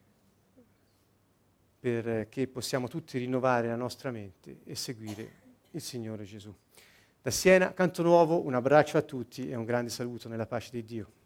perché possiamo tutti rinnovare la nostra mente e seguire il Signore Gesù. Da Siena, Canto Nuovo, un abbraccio a tutti e un grande saluto nella pace di Dio.